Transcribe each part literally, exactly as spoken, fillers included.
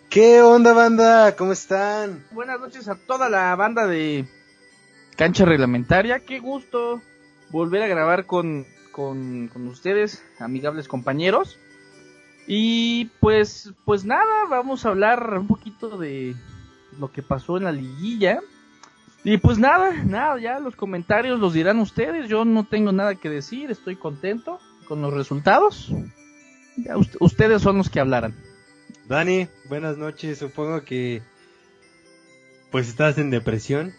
¿Qué onda, banda? ¿Cómo están? Buenas noches a toda la banda de Cancha Reglamentaria. Qué gusto volver a grabar con, con, con ustedes, amigables compañeros. Y pues, pues nada, vamos a hablar un poquito de lo que pasó en la liguilla. Y pues nada, nada, ya los comentarios los dirán ustedes. Yo no tengo nada que decir, estoy contento con los resultados. Ya ust- ustedes son los que hablarán. Dani, buenas noches. Supongo que pues estás en depresión.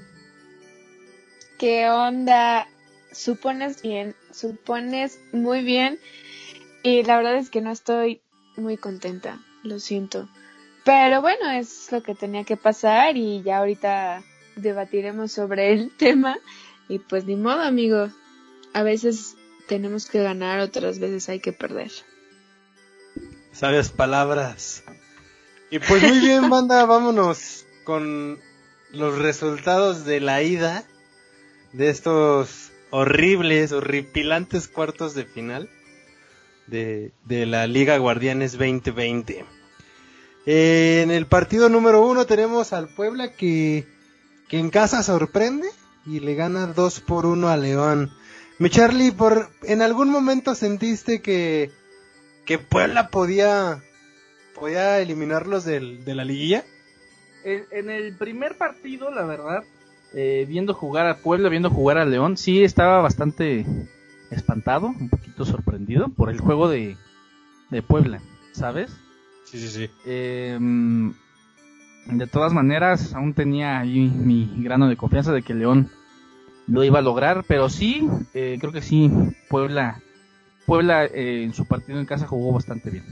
¿Qué onda? Supones bien, supones muy bien. Y la verdad es que no estoy muy contenta, lo siento. Pero bueno, es lo que tenía que pasar y ya ahorita debatiremos sobre el tema. Y pues ni modo, amigo. A veces tenemos que ganar, otras veces hay que perder. Sabias palabras. Y pues muy bien, banda, vámonos con los resultados de la ida de estos horribles, horripilantes cuartos de final de, de la Liga Guardianes veinte veinte. Eh, en el partido número uno tenemos al Puebla que, que en casa sorprende y le gana dos por uno a León. Mi Charlie, por, ¿en algún momento sentiste que, que Puebla podía, podía eliminarlos del, de la liguilla? En, en el primer partido, la verdad, eh, viendo jugar a Puebla, viendo jugar a León, sí estaba bastante espantado, un poquito sorprendido por el juego de, de Puebla, ¿sabes? Sí, sí, sí. Eh, de todas maneras, aún tenía ahí mi grano de confianza de que León lo iba a lograr, pero sí, eh, creo que sí, Puebla, Puebla eh, en su partido en casa jugó bastante bien.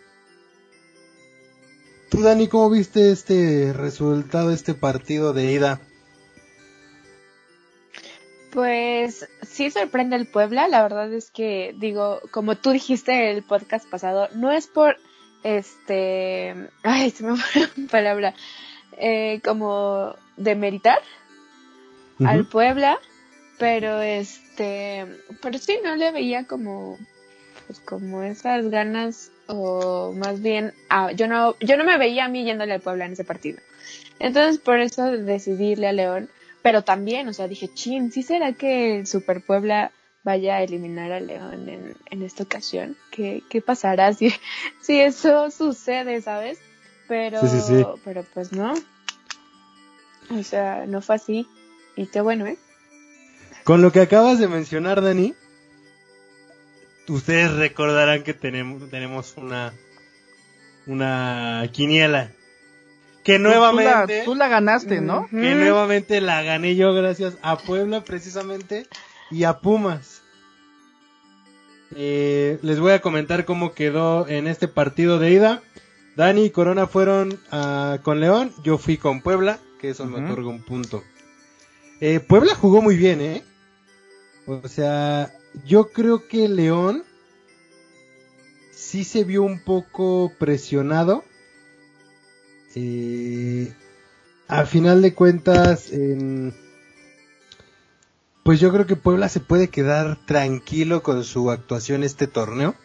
Tú, Dani, ¿cómo viste este resultado, este partido de ida? Pues sí sorprende el Puebla, la verdad es que, digo, como tú dijiste el podcast pasado, no es por, este, ay, se me fue la palabra, eh, como demeritar uh-huh. al Puebla, pero este, pero sí, no le veía como, pues como esas ganas, o más bien, ah, yo no, yo no me veía a mí yéndole al Puebla en ese partido, entonces por eso decidí irle a León. Pero también, o sea, dije, chin, ¿sí será que el Super Puebla vaya a eliminar a León en, en esta ocasión? ¿Qué, qué pasará si, si eso sucede, sabes? Pero, sí, sí, sí. pero pues no. O sea, no fue así. Y qué bueno, ¿eh? Con lo que acabas de mencionar, Dani, ustedes recordarán que tenemos, tenemos una, una quiniela. Que nuevamente... Tú la, tú la ganaste, ¿no? Uh-huh. Que nuevamente la gané yo gracias a Puebla precisamente y a Pumas. Eh, les voy a comentar cómo quedó en este partido de ida. Dani y Corona fueron uh, con León, yo fui con Puebla, que eso uh-huh. me otorga un punto. Eh, Puebla jugó muy bien, ¿eh? O sea, yo creo que León sí se vio un poco presionado. Eh... A final de cuentas, eh, pues yo creo que Puebla se puede quedar tranquilo con su actuación este torneo.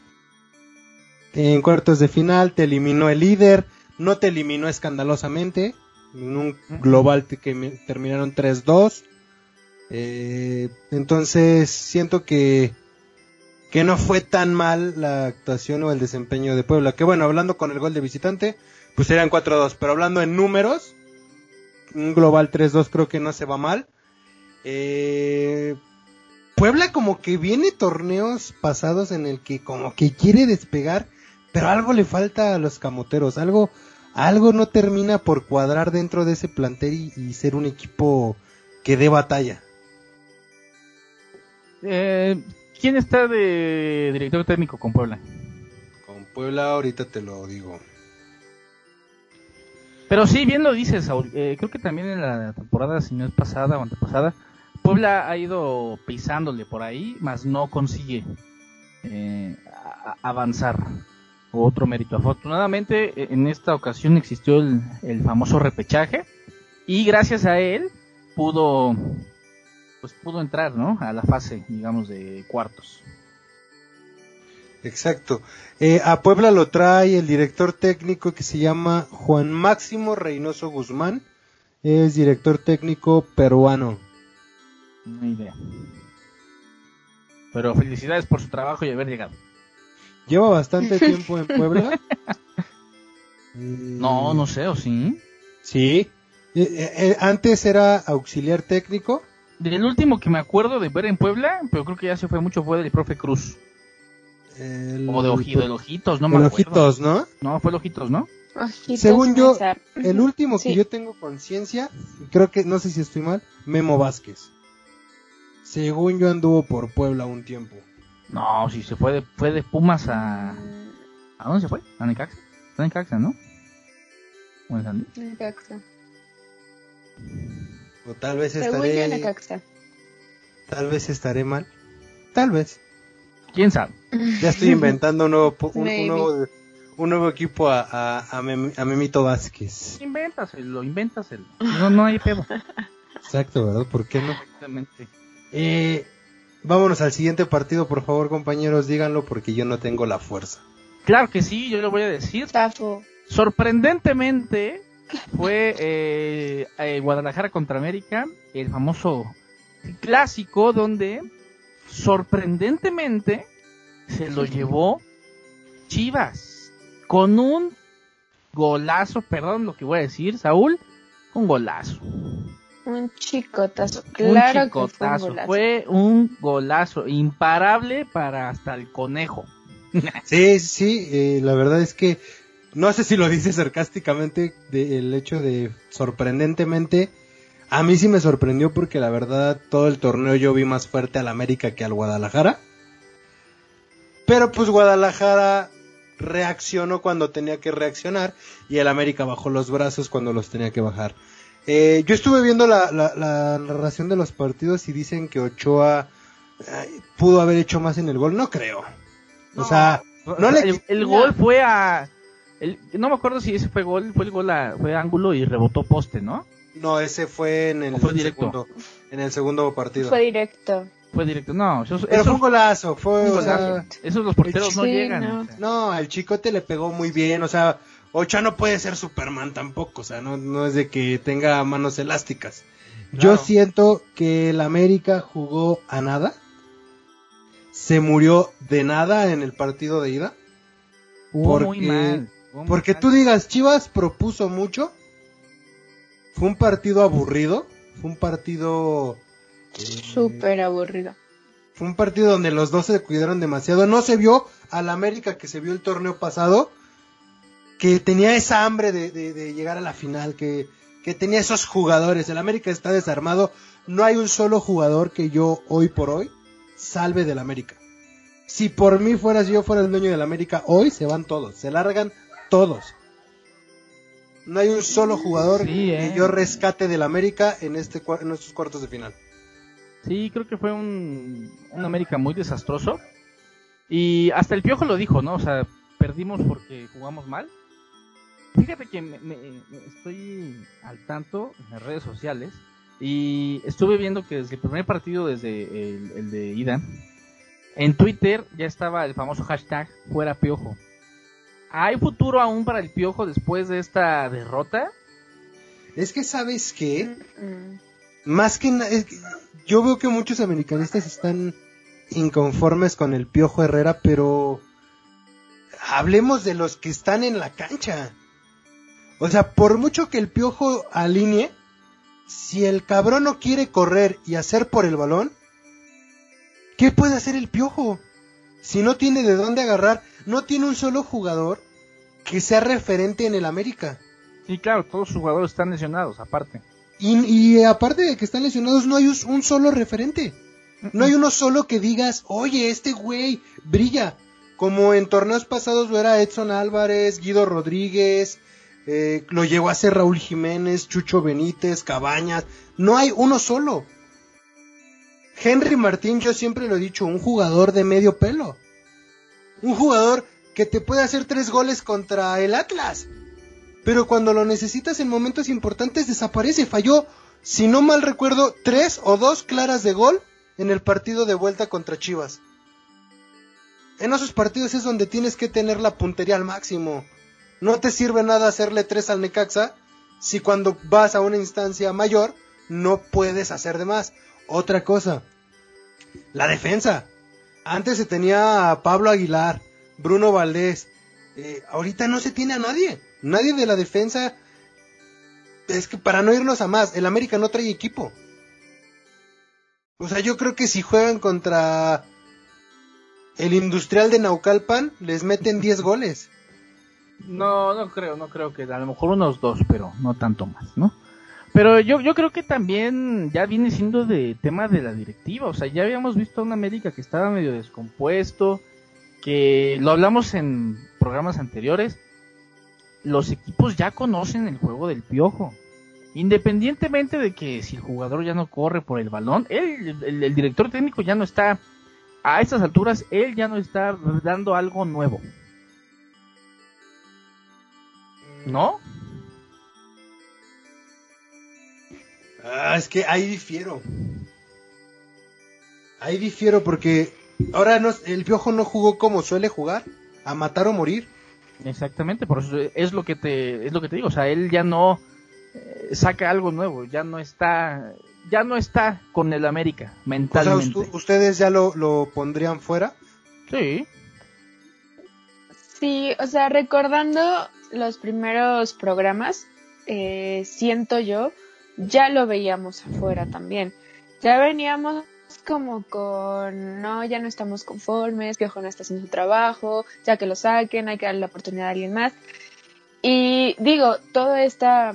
En cuartos de final te eliminó el líder, no te eliminó escandalosamente, en un global que terminaron tres dos. Eh, entonces siento que, que no fue tan mal la actuación o el desempeño de Puebla. Que bueno, hablando con el gol de visitante, pues serían cuatro dos, pero hablando en números... Un global tres dos creo que no se va mal. Eh, Puebla como que viene torneos pasados en el que como que quiere despegar, pero algo le falta a los camoteros. Algo, algo no termina por cuadrar dentro de ese plantel y, y ser un equipo que dé batalla. Eh, ¿Quién está de director técnico con Puebla? Con Puebla ahorita te lo digo. Pero sí, bien lo dices, Saúl. Eh, creo que también en la temporada, si no es pasada o antepasada, Puebla ha ido pisándole por ahí, mas no consigue eh, a- avanzar. Otro mérito. Afortunadamente, en esta ocasión existió el, el famoso repechaje y gracias a él pudo, pues pudo entrar, ¿no? A la fase, digamos, de cuartos. Exacto. Eh, a Puebla lo trae el director técnico que se llama Juan Máximo Reynoso Guzmán. Es director técnico peruano. No idea. Pero felicidades por su trabajo y haber llegado. Lleva bastante tiempo en Puebla. No, no sé, ¿o sí? Sí. Eh, eh, antes era auxiliar técnico. Del último que me acuerdo de ver en Puebla, pero creo que ya se fue mucho, fue del profe Cruz. El... O de Ojitos, el Ojitos, no me el acuerdo. Ojitos, ¿no? No, fue el Ojitos, ¿no? Ojitos Según yo, Mesa. el último Sí. que yo tengo conciencia, creo que, no sé si estoy mal, Memo Vázquez. Según yo anduvo por Puebla un tiempo. No, sí, se fue de, fue de Pumas a... ¿A dónde se fue? ¿A Necaxa? Está en Necaxa, ¿no? ¿O en San Luis? Necaxa. O tal vez Según yo, estaré, Necaxa. tal vez estaré mal. Tal vez. ¿Quién sabe? Ya estoy inventando un nuevo, pu- un, un Maybe. nuevo, un nuevo equipo a, a, a, Mem- a Memito Vázquez. Invéntaselo, invéntaselo. No, no hay pedo. Exacto, ¿verdad? ¿Por qué no? Exactamente. Eh, vámonos al siguiente partido, por favor, compañeros, díganlo porque yo no tengo la fuerza. Claro que sí, yo lo voy a decir. Zafo. Sorprendentemente fue eh, eh, Guadalajara contra América, el famoso clásico donde sorprendentemente se lo llevó Chivas con un golazo, perdón lo que voy a decir, Saúl, un golazo. Un chicotazo. Claro un chicotazo, que fue un golazo. fue un golazo imparable para hasta el conejo. Sí, sí, eh, la verdad es que no sé si lo dice sarcásticamente de, el hecho de sorprendentemente. A mí sí me sorprendió porque la verdad todo el torneo yo vi más fuerte al América que al Guadalajara. Pero pues Guadalajara reaccionó cuando tenía que reaccionar y el América bajó los brazos cuando los tenía que bajar. Eh, yo estuve viendo la, la, la narración de los partidos y dicen que Ochoa eh, pudo haber hecho más en el gol. No creo. O sea, no le... el, el no. gol fue a el, no me acuerdo si ese fue gol, fue el gol a, fue a ángulo y rebotó poste, ¿no? No, ese fue en el ¿O fue directo? segundo, en el segundo partido. Fue directo. Fue directo. No, esos, Pero fue esos, un golazo, fue, un o sea, golazo. Esos los porteros no Sí, llegan. no. o sea. no, el Chicote le pegó muy bien, o sea, Ochoa no puede ser Superman tampoco, o sea, no, no es de que tenga manos elásticas. Yo Claro. siento que el América jugó a nada, se murió de nada en el partido de ida. Jugó Porque- muy mal. jugó muy Porque mal. tú digas, Chivas propuso mucho, fue un partido aburrido, fue un partido... eh, Súper aburrido. Fue un partido donde los dos se cuidaron demasiado. No se vio al América que se vio el torneo pasado, que tenía esa hambre de, de- de llegar a la final, que, que tenía esos jugadores. El América está desarmado. No hay un solo jugador que yo hoy por hoy salve del América. Si por mí fuera, si yo fuera el dueño del América, hoy se van todos, se largan todos. No hay un solo jugador Sí, eh. que yo rescate del América en, este, cua- en estos cuartos de final. Sí, creo que fue un, un América muy desastroso. Y hasta el Piojo lo dijo, ¿no? O sea, perdimos porque jugamos mal. Fíjate que me, me- me estoy al tanto en las redes sociales y estuve viendo que desde el primer partido, desde el, el de ida, en Twitter ya estaba el famoso hashtag fuera Piojo. ¿Hay futuro aún para el Piojo después de esta derrota? Es que, ¿sabes qué? Mm. Más que nada, yo veo que muchos americanistas están inconformes con el Piojo Herrera, pero hablemos de los que están en la cancha. O sea, por mucho que el Piojo alinee, si el cabrón no quiere correr y hacer por el balón, ¿qué puede hacer el Piojo? Si no tiene de dónde agarrar, no tiene un solo jugador que sea referente en el América. Sí, claro, todos los jugadores están lesionados, aparte. Y, y aparte de que están lesionados, no hay un, un solo referente. No hay uno solo que digas, oye, este güey brilla. Como en torneos pasados lo era Edson Álvarez, Guido Rodríguez, eh, lo llegó a ser Raúl Jiménez, Chucho Benítez, Cabañas. No hay uno solo. Henry Martín, yo siempre lo he dicho, un jugador de medio pelo. Un jugador que te puede hacer tres goles contra el Atlas. Pero cuando lo necesitas en momentos importantes desaparece. Falló, si no mal recuerdo, tres o dos claras de gol en el partido de vuelta contra Chivas. en esos partidos es donde tienes que tener la puntería al máximo. No te sirve nada hacerle tres al Necaxa si cuando vas a una instancia mayor no puedes hacer de más. Otra cosa, la defensa. Antes se tenía a Pablo Aguilar, Bruno Valdés. Eh, ahorita no se tiene a nadie. Nadie de la defensa. Es que para no irnos a más, el América no trae equipo. O sea, yo creo que si juegan contra el Industrial de Naucalpan, les meten diez goles. No, no creo, no creo que a lo mejor unos dos, pero no tanto más, ¿no? Pero yo, yo creo que también ya viene siendo de tema de la directiva, o sea, ya habíamos visto a un América que estaba medio descompuesto, que lo hablamos en programas anteriores, los equipos ya conocen el juego del Piojo, independientemente de que si el jugador ya no corre por el balón, él, el, el director técnico ya no está, a estas alturas, él ya no está dando algo nuevo. ¿No? Ah, es que ahí difiero. Ahí difiero porque ahora no, el Piojo no jugó como suele jugar, a matar o morir. Exactamente, por eso es lo que te es lo que te digo, o sea, él ya no eh, saca algo nuevo, ya no está ya no está con el América mentalmente. O sea, ¿ustedes ya lo, lo pondrían fuera? Sí. Sí, o sea, recordando los primeros programas, eh, siento yo, ya lo veíamos afuera también. Ya veníamos como con, no, ya no estamos conformes, Piojo no está haciendo su trabajo, ya que lo saquen, hay que darle la oportunidad a alguien más. Y digo, toda esta,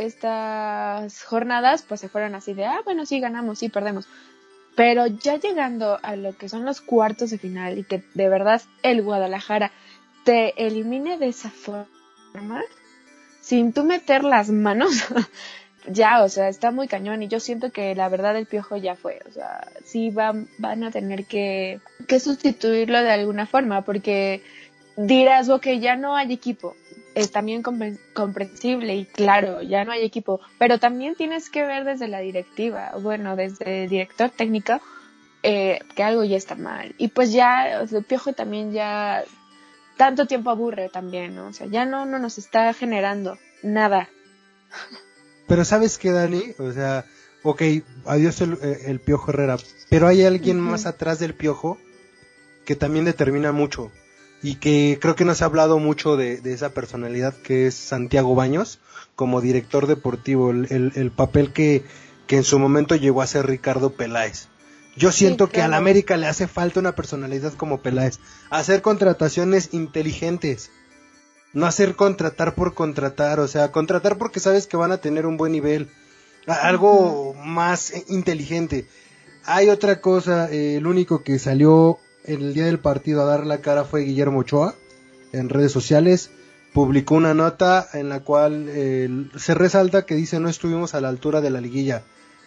estas jornadas pues se fueron así de, ah, bueno, sí ganamos, sí perdemos. Pero ya llegando a lo que son los cuartos de final y que de verdad el Guadalajara te elimine de esa forma, sin tú meter las manos, ya, o sea, está muy cañón. Y yo siento que la verdad el Piojo ya fue, o sea, sí van, van a tener que, que sustituirlo de alguna forma, porque dirás, ok, ya no hay equipo, es también compre- comprensible y claro, ya no hay equipo, pero también tienes que ver desde la directiva, bueno, desde el director técnico, eh, que algo ya está mal. Y pues ya, o sea, el Piojo también ya tanto tiempo aburre también, ¿no? O sea, ya no, no nos está generando nada. Pero ¿sabes qué, Dani? O sea, ok, adiós el, el Piojo Herrera, pero hay alguien uh-huh. más atrás del Piojo que también determina mucho y que creo que no se ha hablado mucho de, de esa personalidad, que es Santiago Baños como director deportivo, el, el, el papel que, que en su momento llegó a ser Ricardo Peláez. Yo siento sí, claro. que a la América le hace falta una personalidad como Peláez, hacer contrataciones inteligentes, no hacer contratar por contratar, o sea, contratar porque sabes que van a tener un buen nivel, algo uh-huh. más inteligente. Hay otra cosa, eh, el único que salió el día del partido a dar la cara fue Guillermo Ochoa, en redes sociales, publicó una nota en la cual eh, se resalta que dice no estuvimos a la altura de la liguilla.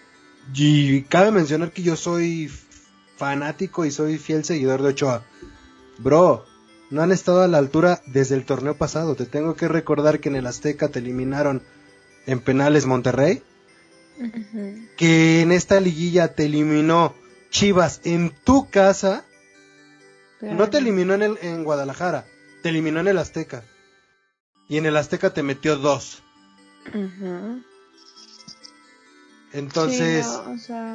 Y cabe mencionar que yo soy fanático y soy fiel seguidor de Ochoa. Bro, no han estado a la altura desde el torneo pasado. Te tengo que recordar que en el Azteca te eliminaron en penales Monterrey. Uh-huh. Que en esta liguilla te eliminó Chivas en tu casa. Claro. No te eliminó en, el, en Guadalajara, te eliminó en el Azteca. Y en el Azteca te metió dos. Uh-huh. Entonces, sí, no, o sea...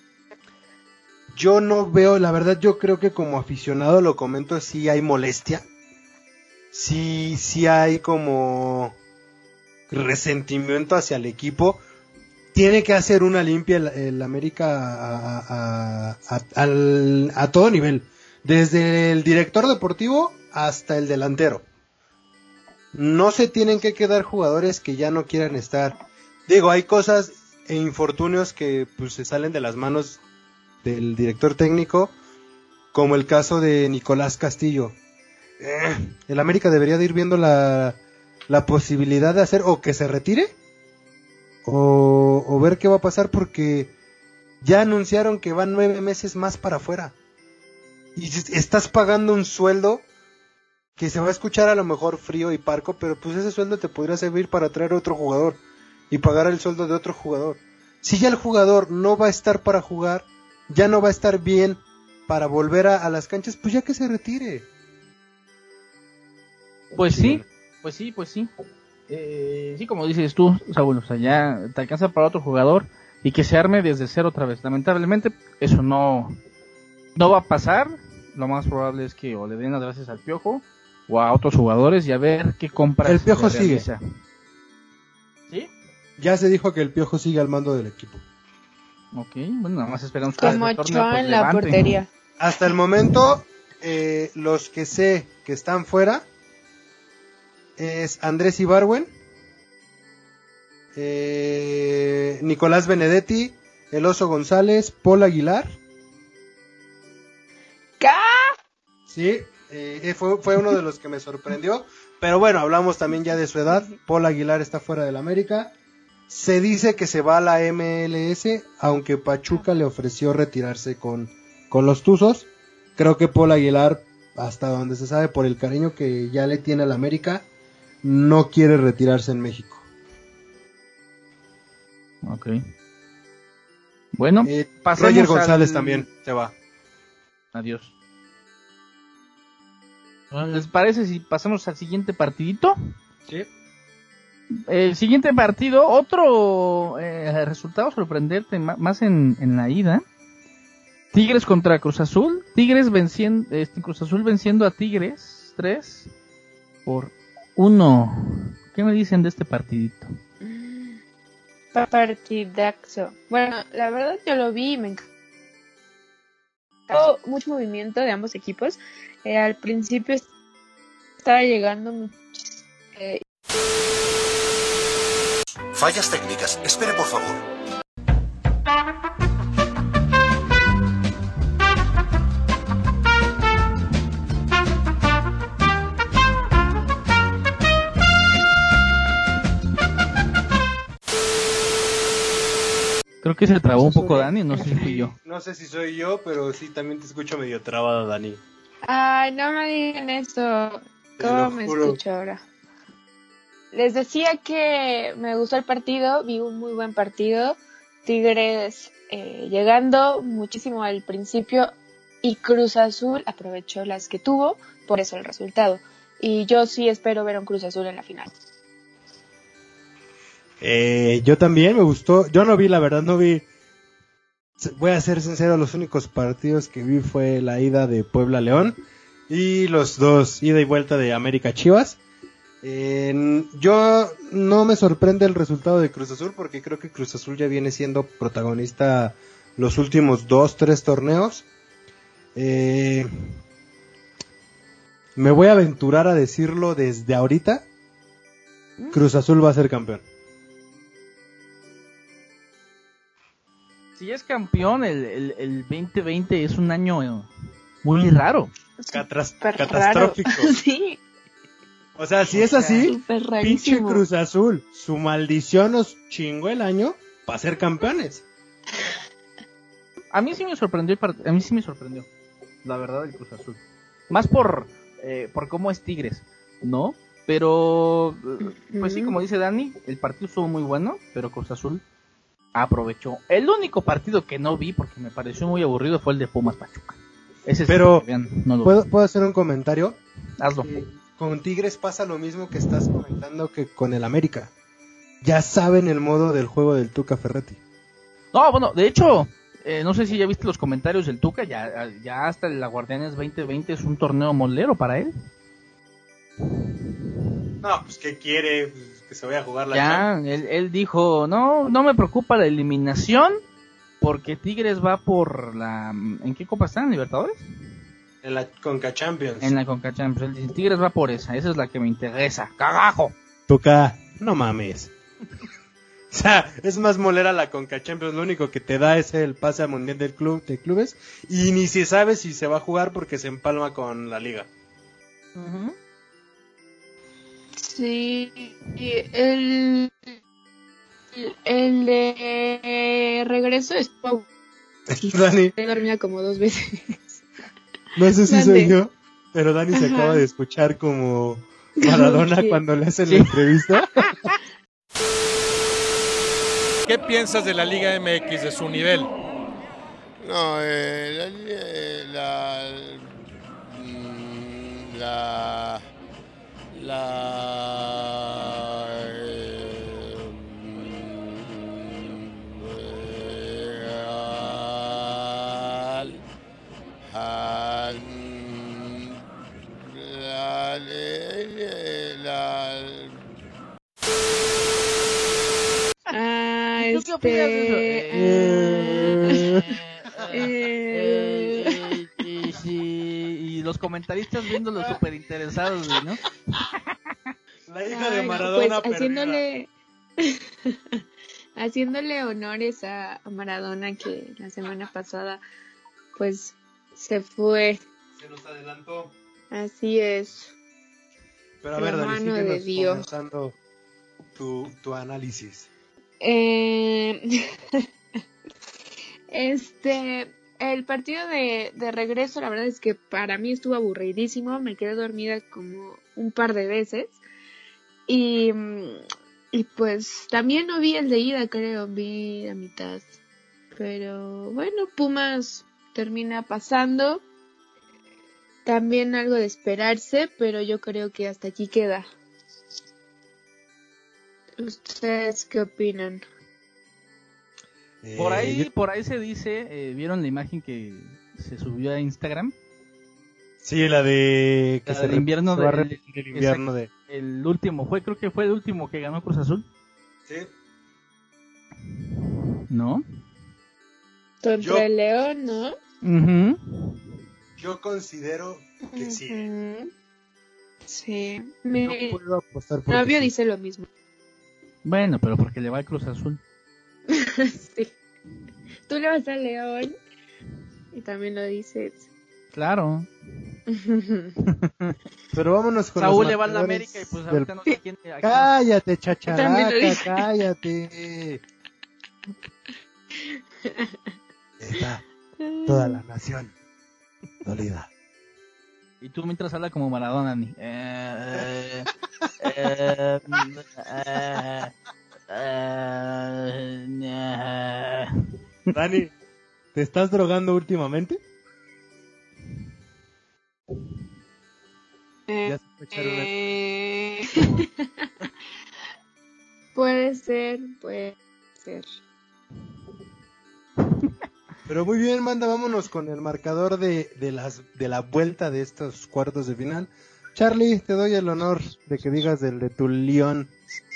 yo no veo, la verdad yo creo que como aficionado lo comento, sí hay molestia, sí, sí hay como resentimiento hacia el equipo. Tiene que hacer una limpia el, el América a, a, a, a, a todo nivel, desde el director deportivo hasta el delantero. No se tienen que quedar jugadores que ya no quieran estar. Digo, hay cosas e infortunios que pues se salen de las manos del director técnico, como el caso de Nicolás Castillo. Eh, el América debería de ir viendo la, la posibilidad de hacer o que se retire o, o ver qué va a pasar, porque ya anunciaron que van nueve meses más para afuera y estás pagando un sueldo que se va a escuchar a lo mejor frío y parco, pero pues ese sueldo te podría servir para traer otro jugador y pagar el sueldo de otro jugador. Si ya el jugador no va a estar para jugar, ya no va a estar bien para volver a, a las canchas, pues ya que se retire. Pues sí, pues sí, pues sí. Eh, sí, como dices tú, Saúl, o sea, ya te alcanza para otro jugador y que se arme desde cero otra vez. Lamentablemente, eso no, no va a pasar. Lo más probable es que o le den las gracias al Piojo o a otros jugadores y a ver qué compras. El Piojo sigue. ¿Sí? Ya se dijo que el Piojo sigue al mando del equipo. Ok, bueno, nada más esperamos que como este Ochoa torneo, pues, en la levante. portería. Hasta el momento, eh, los que sé que están fuera es Andrés Ibargüen, eh, Nicolás Benedetti, El Oso González, Paul Aguilar. ¿Qué? Sí, eh, fue, fue uno de los que me sorprendió. Pero bueno, hablamos también ya de su edad. Paul Aguilar está fuera del América. Se dice que se va a la M L S, aunque Pachuca le ofreció retirarse con, con los Tuzos. Creo que Paul Aguilar, hasta donde se sabe por el cariño que ya le tiene al América, no quiere retirarse en México. Ok. Bueno, Eh, pasemos Roger González al... también se va. Adiós. ¿Les parece si pasamos al siguiente partidito? Sí. El siguiente partido, otro eh, resultado sorprendente, más en, en la ida. Tigres contra Cruz Azul. Tigres venciendo, este, Cruz Azul venciendo a Tigres tres por uno. ¿Qué me dicen de este partidito? Partidaxo. Bueno, la verdad yo lo vi y me encantó. Mucho movimiento de ambos equipos. Eh, al principio estaba llegando muchis, eh... Fallas técnicas. Espere, por favor. Creo que se trabó un poco Dani, no sé si fui yo. No sé si soy yo, pero sí también te escucho medio trabado, Dani. Ay, no me digan eso. Te ¿Cómo lo me juro. escucho ahora? Les decía que me gustó el partido, vi un muy buen partido. Tigres eh, llegando muchísimo al principio y Cruz Azul aprovechó las que tuvo, por eso el resultado. Y yo sí espero ver a un Cruz Azul en la final. Eh, yo también me gustó. Yo no vi, la verdad, no vi. Voy a ser sincero, los únicos partidos que vi fue la ida de Puebla León y los dos, ida y vuelta de América Chivas. Eh, yo no me sorprende el resultado de Cruz Azul porque creo que Cruz Azul ya viene siendo protagonista los últimos dos, tres torneos. Eh, me voy a aventurar a decirlo desde ahorita. Cruz Azul va a ser campeón. Si es campeón, el, el, el veinte veinte es un año muy raro. Catras- Súper catastrófico. raro. Sí, O sea, si es así, súper pinche rarísimo. Cruz Azul, su maldición nos chingó el año para ser campeones. A mí sí me sorprendió, el part- a mí sí me sorprendió, la verdad, el Cruz Azul. Más por, eh, por cómo es Tigres, ¿no? Pero, eh, pues sí, como dice Dani, el partido estuvo muy bueno, pero Cruz Azul aprovechó. El único partido que no vi, porque me pareció muy aburrido, fue el de Pumas Pachuca. Ese sí, Pero, vean, no lo ¿Puedo, ¿Puedo hacer un comentario? Hazlo. Eh, con Tigres pasa lo mismo que estás comentando que con el América. Ya saben el modo del juego del Tuca Ferretti. No, bueno, de hecho, eh, no sé si ya viste los comentarios del Tuca, ya, ya hasta el Guardianes veinte veinte es un torneo molero para él. No, pues ¿qué quiere? Pues, que se vaya a jugar la Ya, él, él dijo, no, no me preocupa la eliminación, porque Tigres va por la... ¿En qué copa están? ¿Libertadores? en la Conca Champions. En la Conca Champions. Él dice, Tigres va por esa, esa es la que me interesa. ¡Cagajo! Tuca, no mames. O sea, es más molera la Conca Champions, lo único que te da es el pase al Mundial del club de clubes y ni se sabe si se va a jugar porque se empalma con la liga. Uh-huh. Sí, el, el de regreso estuvo... Dani, He dormido como dos veces. no sé si Mande. soy yo, pero Dani se Ajá. acaba de escuchar como Maradona Sí. cuando le hacen Sí. la entrevista. ¿Qué piensas de la Liga M X, de su nivel? No, eh, la, eh, la, mm, la, la, eh, mm, eh, al- al- la, le- la, Ah, ¿Tú qué opinas de eso? este... Eh, ah, eh, eh, eh, eh, sí, y los comentaristas viéndolo súper interesados, güey, ¿no? La hija de ay, no, Maradona pues perdida. haciéndole... haciéndole honores a, a Maradona, que la semana pasada pues se fue. Se nos adelantó. Así es. Pero a La ver, Dani, mano de síguenos Dios. comentando tu, tu análisis. Eh, este, el partido de, de regreso, la verdad es que para mí estuvo aburridísimo. Me quedé dormida como un par de veces. Y, y pues también no vi el de ida, creo, vi la mitad. Pero bueno, Pumas termina pasando. También algo de esperarse, pero yo creo que hasta aquí queda. ¿Ustedes qué opinan? Por Eh, ahí, yo- por ahí se dice, eh, ¿vieron la imagen que se subió a Instagram? Sí, la de que La se del invierno se va a del- repetir el invierno de. El último, fue, creo que fue el último que ganó Cruz Azul, Sí. ¿no? Contra Yo- el León, ¿no? Mhm. Yo considero que sí. Ujú. Sí. Yo Mi puedo apostar por novio que sí. dice lo mismo. Bueno, pero porque le va al Cruz Azul. Sí. Tú le vas al León y también lo dices. Claro. Pero vámonos con Saúl los le va a la marcadores América y pues del- ahorita no sé quién. a quién- Cállate, También lo chacharaca, dice. cállate. Está toda la nación dolida. Y tú mientras habla como Maradona, ni. Eh, eh, eh, eh, eh. Dani, ¿te estás drogando últimamente? Ya se fue a echar una- Eh, puede ser, puede ser. Pero muy bien, manda, vámonos con el marcador de, de, las, de la vuelta de estos cuartos de final. Charlie, te doy el honor de que digas del de tu León.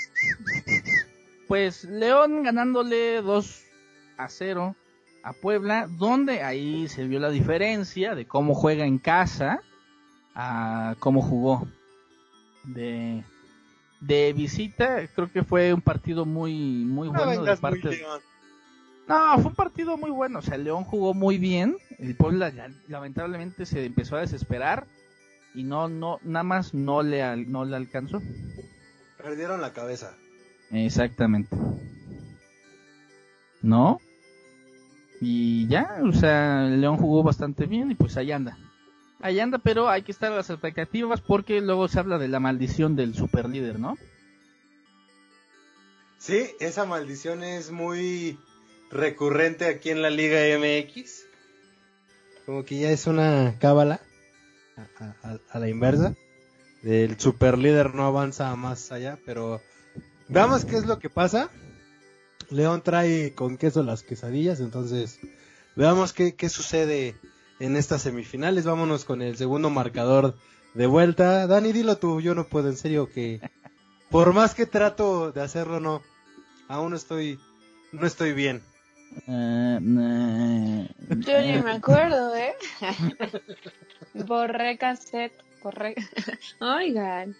Pues León ganándole dos a cero a Puebla, donde ahí se vio la diferencia de cómo juega en casa a cómo jugó de de visita. Creo que fue un partido muy muy No bueno de vengas muy parte. León. No, fue un partido muy bueno. O sea, el León jugó muy bien. El Puebla ya, lamentablemente se empezó a desesperar y no no nada más no le al- no le alcanzó. Perdieron la cabeza. Exactamente. ¿No? Y ya, o sea, el León jugó bastante bien y pues ahí anda. Ahí anda, pero hay que estar a las expectativas porque luego se habla de la maldición del superlíder, ¿no? Sí, esa maldición es muy recurrente aquí en la Liga M X. Como que ya es una cábala a, a- a la inversa. El superlíder no avanza más allá, pero veamos qué es lo que pasa. León trae con queso las quesadillas, entonces veamos qué, qué sucede en estas semifinales. Vámonos con el segundo marcador de vuelta. Dani, dilo tú, yo no puedo, en serio que por más que trato de hacerlo, no, aún no estoy, no estoy bien. Eh, eh, Yo ni me acuerdo, ¿eh? Borré cassette, borré... Oigan.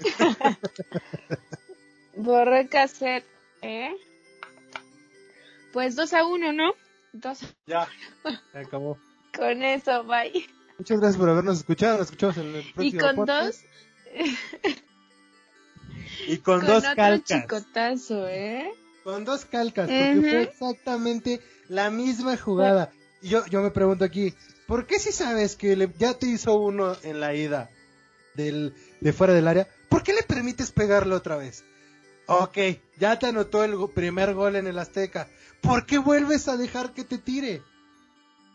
Borré cassette, ¿eh? Pues dos a uno, ¿no? Dos. Ya, se acabó. Con eso, bye. Muchas gracias por habernos escuchado. Nos escuchamos en el próximo Y con podcast. dos... Y con, Con dos otro calcas. chicotazo, ¿eh? Con dos calcas, porque Ujú. fue exactamente la misma jugada. Y yo, yo me pregunto aquí, ¿por qué si sabes que le- ya te hizo uno en la ida del, de fuera del área? ¿Por qué le permites pegarle otra vez? Ok, ya te anotó el go- primer gol en el Azteca. ¿Por qué vuelves a dejar que te tire?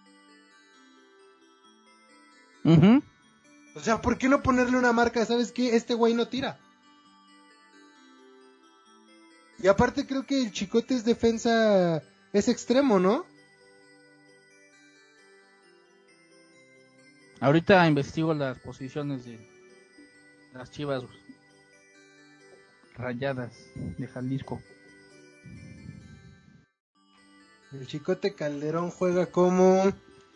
Uh-huh. O sea, ¿por qué no ponerle una marca? ¿Sabes qué? Este güey no tira. Y aparte creo que el Chicote es defensa, es extremo, ¿no? Ahorita investigo las posiciones de las Chivas Rayadas de Jalisco. El Chicote Calderón juega como...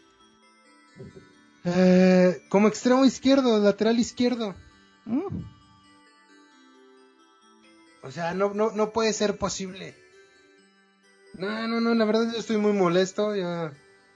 Eh, como extremo izquierdo, lateral izquierdo. Mm. O sea, no, no, no puede ser posible. No, no, no, la verdad yo estoy muy molesto. Ya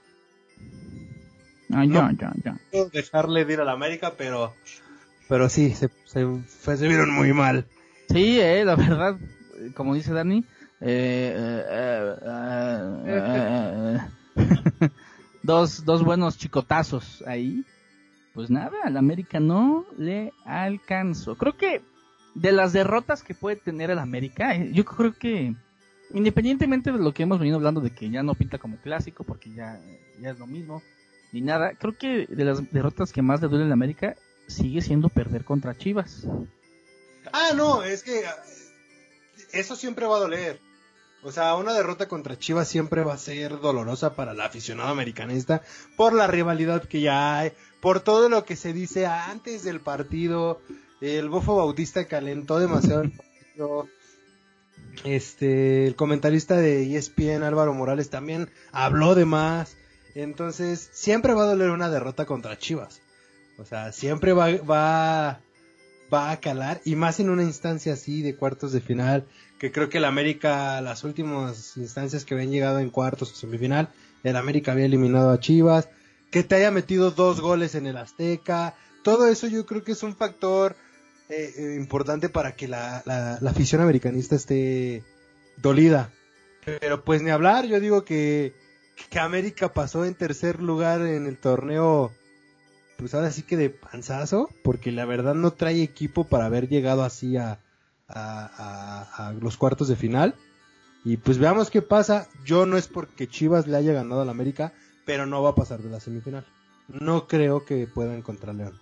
Ah, No. ya, ya, ya. puedo dejarle de ir a la América, pero... Pero sí, se, se, fue- se vieron muy mal. Sí, eh, la verdad, eh, como dice Dani, eh, eh, eh, eh, eh, dos, dos buenos chicotazos ahí. Pues nada, al América no le alcanzó. Creo que de las derrotas que puede tener el América, eh, yo creo que independientemente de lo que hemos venido hablando de que ya no pinta como clásico porque ya, ya es lo mismo, ni nada, creo que de las derrotas que más le duele al América sigue siendo perder contra Chivas. Ah, no, es que... eh, Eso siempre va a doler. O sea, una derrota contra Chivas siempre va a ser dolorosa para el aficionado americanista por la rivalidad que ya hay, por todo lo que se dice antes del partido. El Bofo Bautista calentó demasiado el partido. Este, el comentarista de E S P N, Álvaro Morales, también habló de más. Entonces, siempre va a doler una derrota contra Chivas. O sea, siempre va, va, va a calar, y más en una instancia así de cuartos de final, que creo que el América, las últimas instancias que habían llegado en cuartos o semifinal, el América había eliminado a Chivas, que te haya metido dos goles en el Azteca, todo eso yo creo que es un factor eh, eh, importante para que la, la, la afición americanista esté dolida. Pero pues ni hablar, yo digo que, que América pasó en tercer lugar en el torneo, pues ahora sí que de panzazo, porque la verdad no trae equipo para haber llegado así a, a, a, a los cuartos de final. Y pues veamos qué pasa. Yo no es porque Chivas le haya ganado al América, pero no va a pasar de la semifinal. No creo que puedan contra León.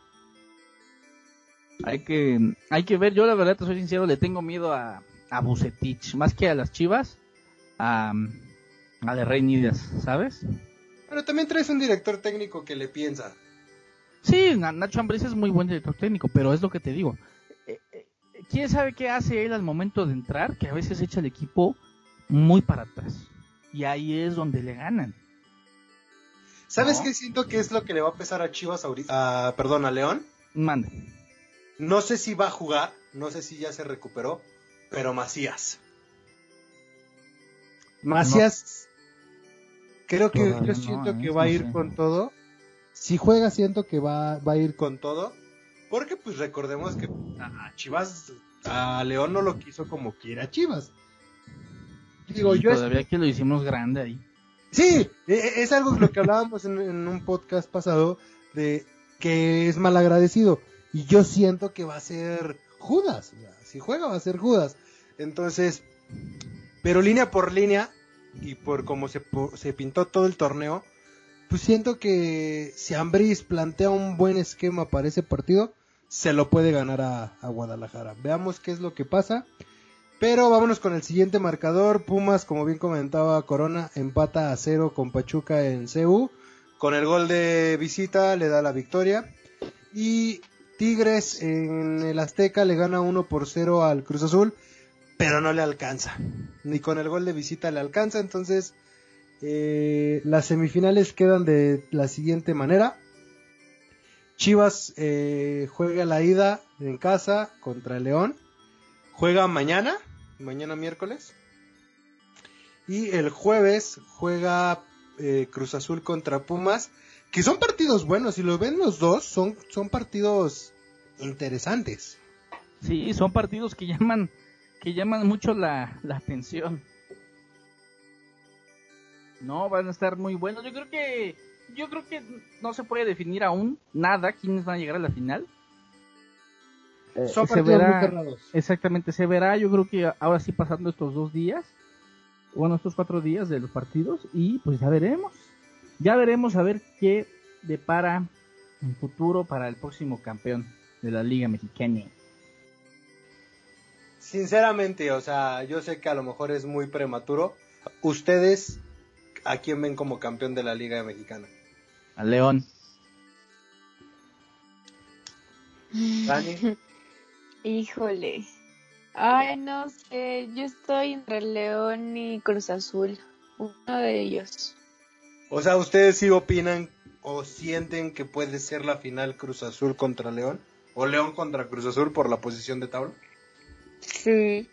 Hay que, hay que ver, yo la verdad te soy sincero, le tengo miedo a, a Bucetich, más que a las Chivas, a, a de Rey Nidas, ¿sabes? Pero también traes un director técnico que le piensa. Sí, Na- Nacho Ambriz es muy buen director técnico, pero es lo que te digo. Eh, eh, ¿Quién sabe qué hace él al momento de entrar? Que a veces echa el equipo muy para atrás. Y ahí es donde le ganan. ¿Sabes No. qué siento que es lo que le va a pesar a Chivas ahorita? A, perdón, a León. Mande. No sé si va a jugar, no sé si ya se recuperó, pero Macías. Macías, creo que Todavía yo no, siento ¿eh? que va a No ir sé. con todo. Si juega, siento que va, va a ir con todo. Porque pues recordemos que a Chivas, a León no lo quiso como quiera Chivas. Digo, Sí, yo todavía es... que lo hicimos grande ahí. Sí, e- e- es algo lo que hablábamos en, en un podcast pasado, de que es malagradecido. Y yo siento que va a ser Judas. O sea, si juega va a ser Judas. Entonces, pero línea por línea, y por cómo se, po- se pintó todo el torneo, pues siento que si Ambriz plantea un buen esquema para ese partido, se lo puede ganar a, a Guadalajara. Veamos qué es lo que pasa. Pero vámonos con el siguiente marcador. Pumas, como bien comentaba Corona, empata a cero con Pachuca en C U. Con el gol de visita le da la victoria. Y Tigres en el Azteca le gana uno por cero al Cruz Azul, pero no le alcanza. Ni con el gol de visita le alcanza. Entonces, eh, las semifinales quedan de la siguiente manera. Chivas eh, juega la ida en casa contra el León. Juega mañana, mañana miércoles. Y el jueves juega eh, Cruz Azul contra Pumas, que son partidos buenos. Si lo ven los dos, son, son partidos interesantes. Sí, son partidos que llaman, que llaman mucho la, la atención. No, van a estar muy buenos. Yo creo que, yo creo que no se puede definir aún nada quiénes van a llegar a la final. Eh, Son se partidos verá, muy cerrados. exactamente, se verá, yo creo que ahora sí pasando estos dos días, bueno, estos cuatro días de los partidos, y pues ya veremos, ya veremos a ver qué depara un futuro para el próximo campeón de la Liga Mexicana? Sinceramente, o sea, yo sé que a lo mejor es muy prematuro. ¿Ustedes a quién ven como campeón de la Liga Mexicana? A León. ¿Dani? Híjole. Ay, no sé. Yo estoy entre León y Cruz Azul. Uno de ellos. O sea, ¿ustedes sí opinan o sienten que puede ser la final Cruz Azul contra León? ¿O León contra Cruz Azul por la posición de tabla? Sí.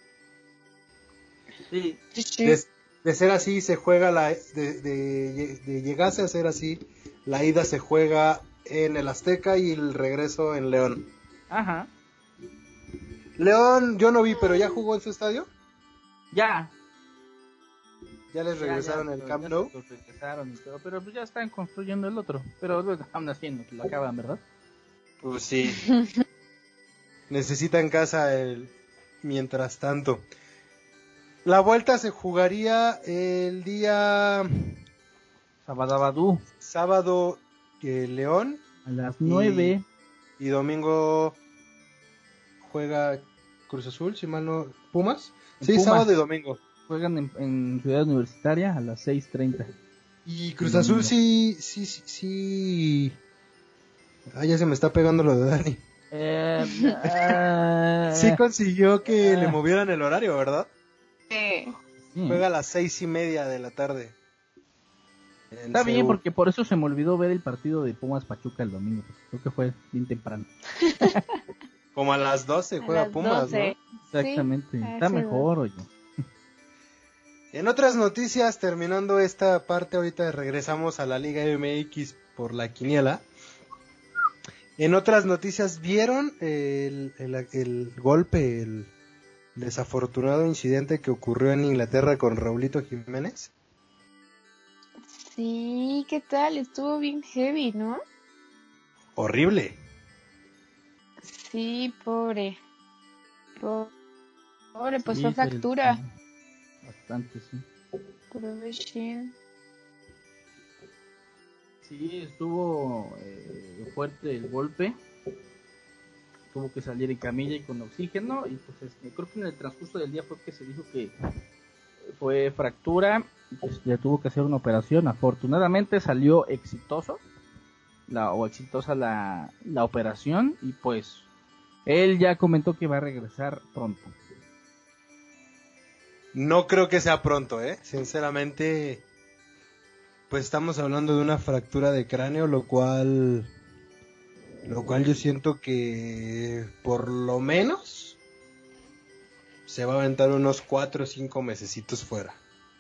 Sí. Sí. De, de ser así, se juega la... De, de, de llegarse a ser así, la ida se juega en el Azteca y el regreso en León. Ajá. León, yo no vi, pero ¿ya jugó en su estadio? Ya. ¿Ya les regresaron Ya, ya, el ya Camp se Nou? los regresaron y todo, pero pues ya están construyendo el otro. Pero lo están haciendo, lo acaban, ¿verdad? Pues sí. Necesitan casa el... mientras tanto. La vuelta se jugaría el día Sabadabadú. sábado eh, León A las nueve. y domingo juega Cruz Azul, si mal no... ¿Pumas? En Sí, Pumas. sábado y domingo. Juegan en, en Ciudad Universitaria a las seis treinta. Y Cruz El Azul domingo. sí, sí, sí, sí... Ah, ya se me está pegando lo de Dani. Eh, eh, Sí consiguió que eh, le movieran el horario, ¿verdad? Sí. sí. Juega a las seis y media de la tarde. En Está bien, C U. porque por eso se me olvidó ver el partido de Pumas Pachuca el domingo. Creo que fue bien temprano. Como a las doce A juega las Pumas, doce. ¿no? Exactamente. Sí, a Está esa mejor, oye. En otras noticias, terminando esta parte, ahorita regresamos a la Liga M X por la quiniela. En otras noticias, ¿vieron el, el, el golpe, el desafortunado incidente que ocurrió en Inglaterra con Raulito Jiménez? Sí, ¿qué tal? Estuvo bien heavy, ¿no? Horrible. Sí, pobre. Po- Pobre, pues Sí, fue se le- fractura. Bastante, sí. Pobre Shin. Sí, estuvo eh, fuerte el golpe. Tuvo que salir en camilla y con oxígeno. Y pues este, creo que en el transcurso del día fue que se dijo que fue fractura. Y pues le tuvo que hacer una operación. Afortunadamente salió exitoso. La, o exitosa la, la operación. Y pues él ya comentó que va a regresar pronto. No creo que sea pronto, ¿eh? Sinceramente, pues estamos hablando de una fractura de cráneo, lo cual, lo cual yo siento que por lo menos se va a aventar unos cuatro o cinco mesecitos fuera.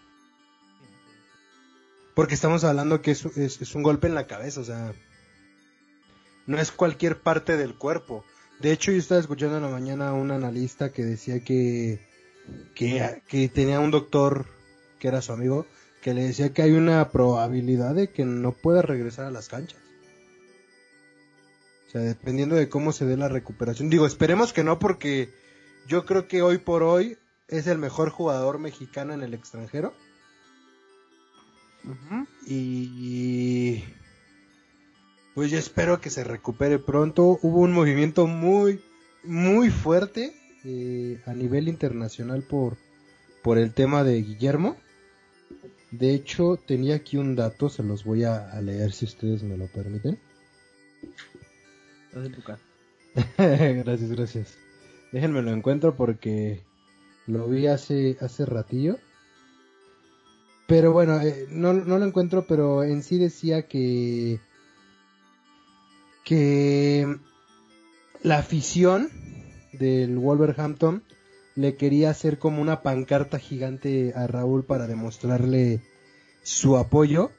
Porque estamos hablando que es, es, es un golpe en la cabeza, o sea, no es cualquier parte del cuerpo. De hecho, yo estaba escuchando en la mañana a un analista que decía que, que, que tenía un doctor que era su amigo, que le decía que hay una probabilidad de que no pueda regresar a las canchas. O sea, dependiendo de cómo se dé la recuperación. Digo, esperemos que no, porque yo creo que hoy por hoy es el mejor jugador mexicano en el extranjero. Uh-huh. Y pues yo espero que se recupere pronto. Hubo un movimiento muy, muy fuerte eh, a nivel internacional por, por el tema de Guillermo. De hecho, tenía aquí un dato, se los voy a, a leer si ustedes me lo permiten. Estás en tu casa. Gracias, gracias. Déjenme lo encuentro porque lo vi hace, hace ratillo. Pero bueno, eh, no, no lo encuentro, pero en sí decía que que la afición del Wolverhampton le quería hacer como una pancarta gigante a Raúl para demostrarle su apoyo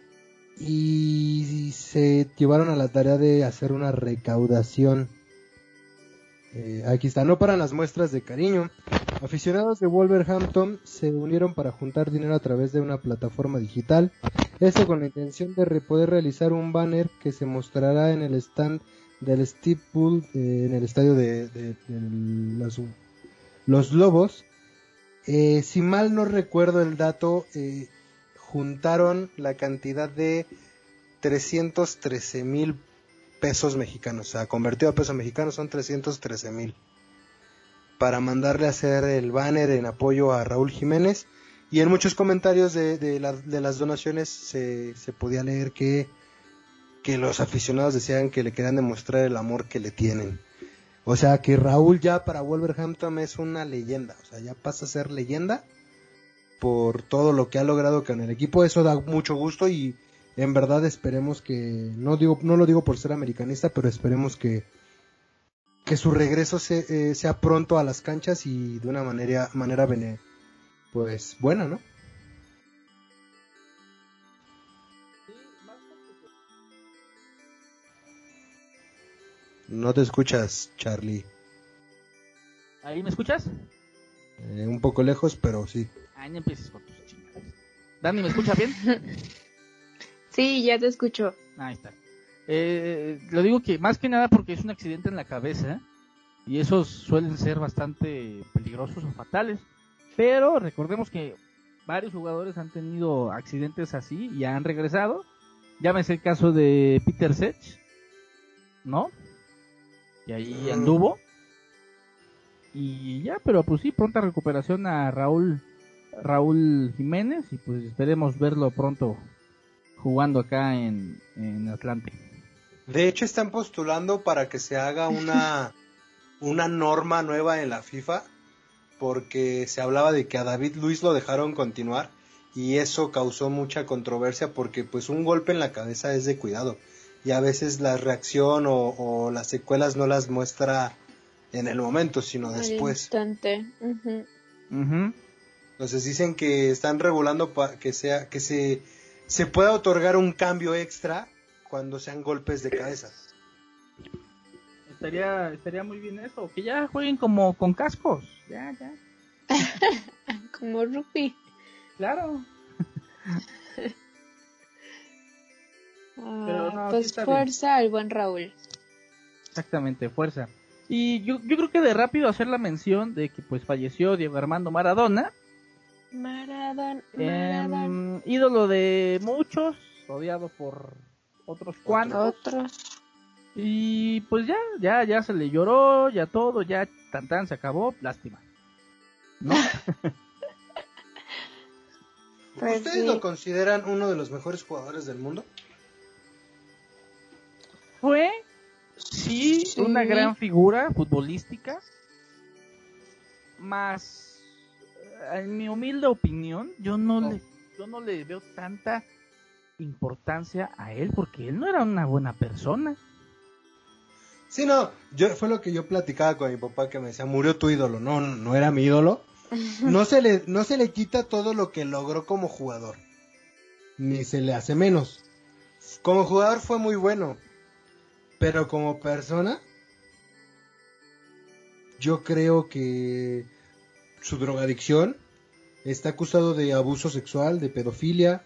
y se llevaron a la tarea de hacer una recaudación. Eh, aquí está, no paran las muestras de cariño. Aficionados de Wolverhampton se unieron para juntar dinero a través de una plataforma digital. Esto con la intención de re poder realizar un banner que se mostrará en el stand del Steve Bull eh, en el estadio de, de, de los, los Lobos. Eh, si mal no recuerdo el dato, eh, juntaron la cantidad de trescientos trece mil pesos mexicanos, o sea, convertido a pesos mexicanos son trescientos trece mil. Para mandarle a hacer el banner en apoyo a Raúl Jiménez. Y en muchos comentarios de, de, la, de las donaciones se, se podía leer que, que los aficionados decían que le querían demostrar el amor que le tienen. O sea que Raúl ya para Wolverhampton es una leyenda, o sea, ya pasa a ser leyenda por todo lo que ha logrado con el equipo. Eso da mucho gusto y en verdad esperemos que, no digo, no lo digo por ser americanista, pero esperemos que, que su regreso se, eh, sea pronto a las canchas y de una manera, manera bene, pues buena, ¿no? No te escuchas, Charlie. ¿Ahí me escuchas? Eh, un poco lejos, pero sí. Ah, no empieces con tus chingadas. Dani, ¿me escucha bien? Sí, ya te escucho. Ahí está. Eh, lo digo que más que nada porque es un accidente en la cabeza y esos suelen ser bastante peligrosos o fatales. Pero recordemos que varios jugadores han tenido accidentes así y han regresado. Llámese el caso de Peter Sech, ¿no? Y ahí anduvo. Y ya, pero pues sí, pronta recuperación a Raúl Raúl Jiménez y pues esperemos verlo pronto jugando acá en, en Atlante. De hecho están postulando para que se haga una, una norma nueva en la FIFA, porque se hablaba de que a David Luiz lo dejaron continuar y eso causó mucha controversia porque pues un golpe en la cabeza es de cuidado y a veces la reacción o, o las secuelas no las muestra en el momento sino Al después. instante. Ujú. Uh-huh. Entonces dicen que están regulando para que sea que se se pueda otorgar un cambio extra cuando sean golpes de cabeza. Estaría estaría muy bien eso, que ya jueguen como con cascos. Ya, ya. Como rugby. Claro. Ah, Pero no, sí pues está fuerza al buen Raúl. Exactamente, fuerza. Y yo, yo creo que de rápido hacer la mención de que pues falleció Diego Armando Maradona, Maradona, eh, Maradona. ídolo de muchos, odiado por otros cuantos. Otros. Y pues ya, ya, ya se le lloró, ya todo, ya tan tan se acabó, lástima. ¿No? Pues ¿Ustedes sí. lo consideran uno de los mejores jugadores del mundo? Fue, sí, Sí. una gran figura futbolística, más, en mi humilde opinión, yo no No. le, yo no le veo tanta importancia a él, porque él no era una buena persona. Sí, no, yo fue lo que yo platicaba con mi papá que me decía, murió tu ídolo. No, no, no era mi ídolo. No se le, no se le quita todo lo que logró como jugador. Ni se le hace menos. Como jugador fue muy bueno. Pero como persona, yo creo que su drogadicción, está acusado de abuso sexual, de pedofilia.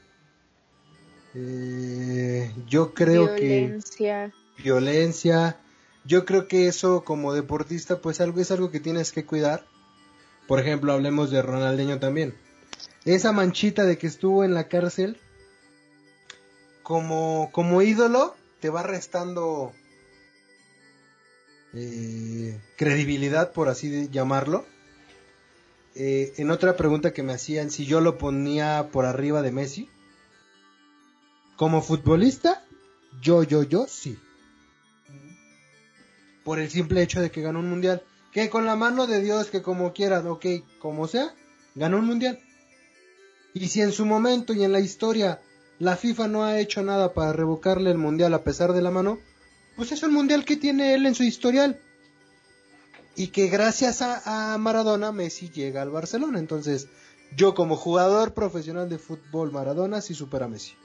Eh, yo creo Violencia. que violencia. Yo creo que eso como deportista pues algo es algo que tienes que cuidar. Por ejemplo, hablemos de Ronaldinho también. Esa manchita de que estuvo en la cárcel, como, como ídolo, te va restando eh, credibilidad, por así de llamarlo. Eh, en otra pregunta que me hacían, si yo lo ponía por arriba de Messi. Como futbolista, yo, yo, yo, sí. Por el simple hecho de que ganó un mundial. Que con la mano de Dios, que como quieran, ok, como sea, ganó un mundial. Y si en su momento y en la historia la FIFA no ha hecho nada para revocarle el mundial a pesar de la mano, pues es un mundial que tiene él en su historial. Y que gracias a, a Maradona, Messi llega al Barcelona. Entonces, yo como jugador profesional de fútbol, Maradona sí supera a Messi.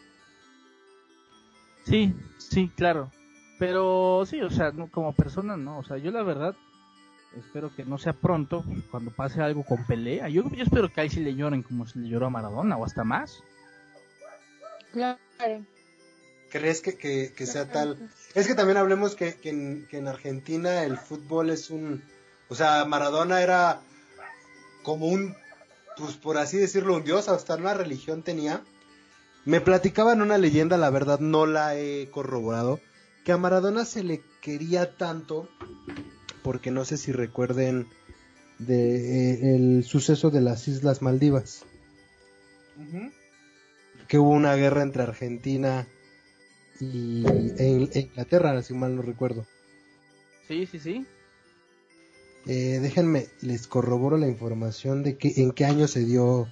Sí, sí, claro. Pero sí, o sea, no, como persona no, o sea, yo la verdad espero que no sea pronto, cuando pase algo con Pelé. Yo, yo espero que ahí sí le lloren como se le lloró a Maradona o hasta más. Claro. ¿Crees que, que, que sea tal? Es que también hablemos que, que, en, que en Argentina el fútbol es un... O sea, Maradona era como un, pues por así decirlo, un dios, hasta una religión tenía. Me platicaban una leyenda, la verdad no la he corroborado, que a Maradona se le quería tanto, porque no sé si recuerden de eh, el suceso de las Islas Maldivas, Uh-huh. que hubo una guerra entre Argentina y e, e Inglaterra, si mal no recuerdo. Sí, sí, sí. Eh, déjenme, les corroboro la información de que en qué año se dio.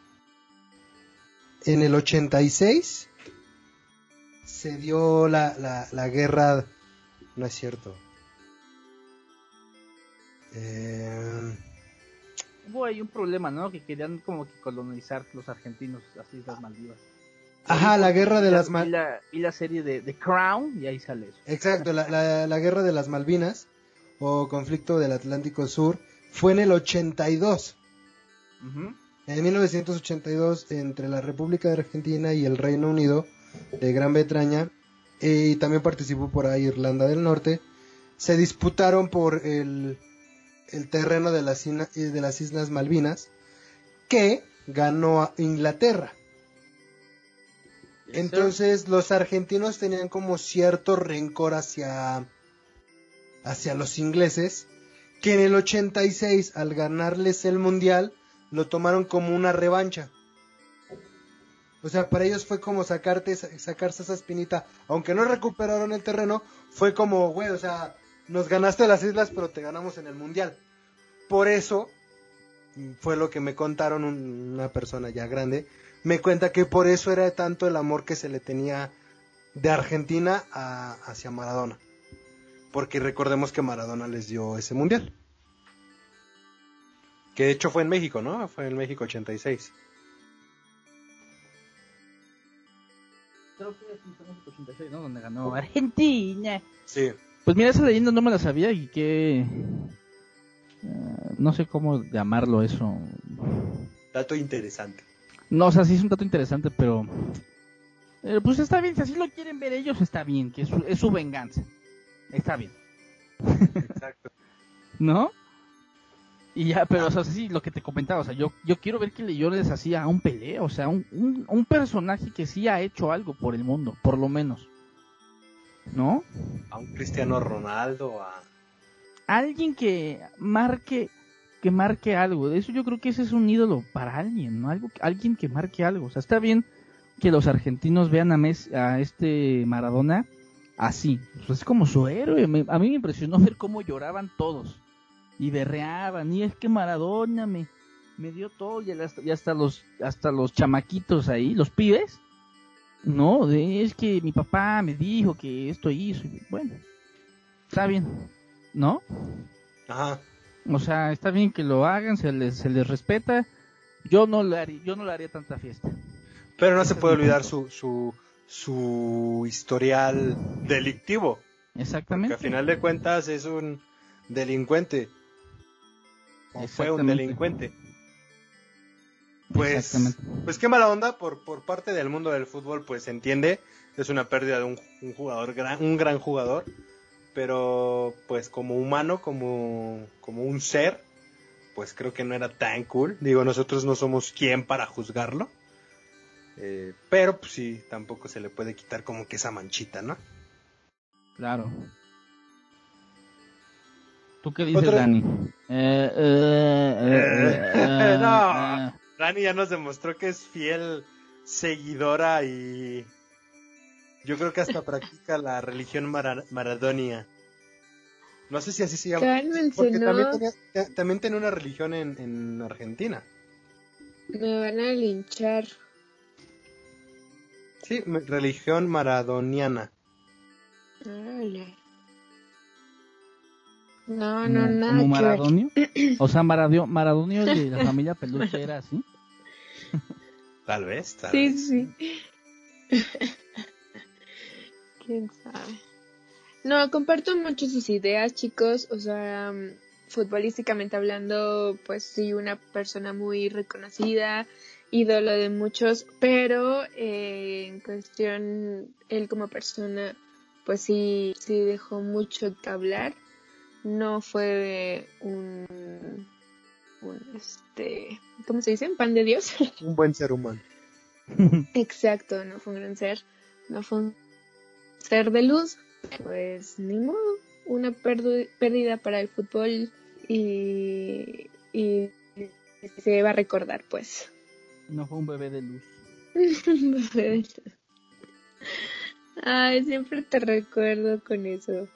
En el ochenta y seis se dio la, la, la guerra, no es cierto. Eh, Hubo ahí un problema, ¿no? Que querían como que colonizar los argentinos las Islas Maldivas. ajá, la guerra de Vi la- las vi Mal... la, vi la serie de The Crown y ahí sale eso. Exacto, la, la, la guerra de las Malvinas o conflicto del Atlántico Sur fue en el ochenta y dos. Uh-huh. En mil novecientos ochenta y dos, entre la República de Argentina y el Reino Unido de Gran Bretaña, eh, y también participó por ahí Irlanda del Norte, se disputaron por el, el terreno de las, isla- de las Islas Malvinas, que ganó a Inglaterra. Yes, Entonces los argentinos tenían como cierto rencor hacia, hacia los ingleses, que en el ochenta y seis, al ganarles el mundial, lo tomaron como una revancha. O sea, para ellos fue como sacarte, sacarse esa espinita. Aunque no recuperaron el terreno, fue como, güey, o sea, nos ganaste las islas, pero te ganamos en el mundial. Por eso, fue lo que me contaron un- una persona ya grande. Me cuenta que por eso era tanto el amor que se le tenía de Argentina a, hacia Maradona. Porque recordemos que Maradona les dio ese mundial. Que de hecho fue en México, ¿no? Fue en México ochenta y seis. Creo que sí, fue en el ochenta y seis, ¿no? Donde ganó Argentina. Sí. Pues mira, esa leyenda no me la sabía y que... eh, no sé cómo llamarlo eso. Dato interesante. No, o sea, sí es un dato interesante, pero... eh, pues está bien, si así lo quieren ver ellos, está bien, que es su, es su venganza. Está bien. Exacto. ¿No? Y ya, pero o sea, sí, lo que te comentaba, o sea, yo, yo quiero ver que yo les hacía a un Pelé, o sea, un, un, un personaje que sí ha hecho algo por el mundo, por lo menos. ¿No? A un Cristiano Ronaldo, a... Alguien que marque, que marque algo. De eso yo creo que ese es un ídolo para alguien, ¿no? Algo, alguien que marque algo. O sea, está bien que los argentinos vean a, Messi, a este Maradona así. Pues es como su héroe. Me, a mí me impresionó ver cómo lloraban todos. Y berreaban. Y es que Maradona me, me dio todo. Y hasta, y hasta los, hasta los chamaquitos ahí, los pibes. No, de, es que mi papá me dijo que esto hizo. Y bueno, está bien, ¿no? Ajá. O sea, está bien que lo hagan, se les, se les respeta. Yo no le haría, yo no le haría tanta fiesta. Pero no Ese se es puede mi olvidar punto. su, su, su historial delictivo. Que Exactamente. a final de cuentas es un delincuente. O fue un Exactamente. delincuente. Pues, Exactamente. pues qué mala onda por, por parte del mundo del fútbol, pues se entiende. Es una pérdida de un, un jugador, gran, un gran jugador. Pero pues como humano, como, como un ser, pues creo que no era tan cool. Digo, nosotros no somos quien para juzgarlo. Eh, pero pues sí, tampoco se le puede quitar como que esa manchita, ¿no? Claro. ¿Tú qué dices, Otra- Dani? Eh, eh, eh, eh, eh, no, eh. Dani ya nos demostró que es fiel seguidora y yo creo que hasta practica la religión mara- maradonia. No sé si así se llama. Cálmense, Porque también ¿no? tenía, ta- también tenía una religión en, en Argentina. Me van a linchar. Sí, me- religión maradoniana. Órale. No, no, ¿Como, nada como que ver. Maradonio? O sea, Maradio, Maradonio el de la familia Peluche era así. Tal vez, tal Sí, vez. sí. ¿Quién sabe? No, comparto mucho sus ideas, chicos. O sea, mm, futbolísticamente hablando, pues sí, una persona muy reconocida, ídolo de muchos, pero eh, en cuestión, él como persona, pues sí, sí dejó mucho que hablar. No fue un, un este, ¿cómo se dice? ¿Un pan de Dios? Un buen ser humano. Exacto, no fue un gran ser, no fue un ser de luz, Pues ni modo, una perdu- pérdida para el fútbol y, y se va a recordar, pues. No fue un bebé de luz. Ay, siempre te recuerdo con eso.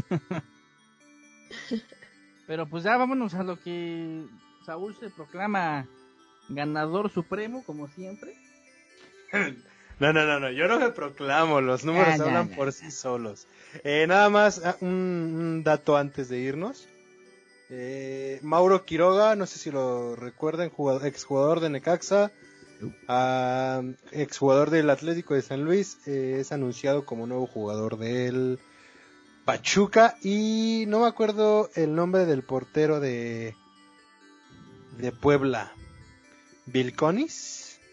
Pero pues ya vámonos a lo que Saúl se proclama ganador supremo, como siempre. No, no, no, no, yo no me proclamo, los números Ah, ya, hablan ya. por sí solos. Eh, nada más ah, un, un dato antes de irnos. Eh, Mauro Quiroga, no sé si lo recuerdan, jugador, exjugador de Necaxa, ah, exjugador del Atlético de San Luis, eh, es anunciado como nuevo jugador del Pachuca y no me acuerdo el nombre del portero de de Puebla, Vilconis,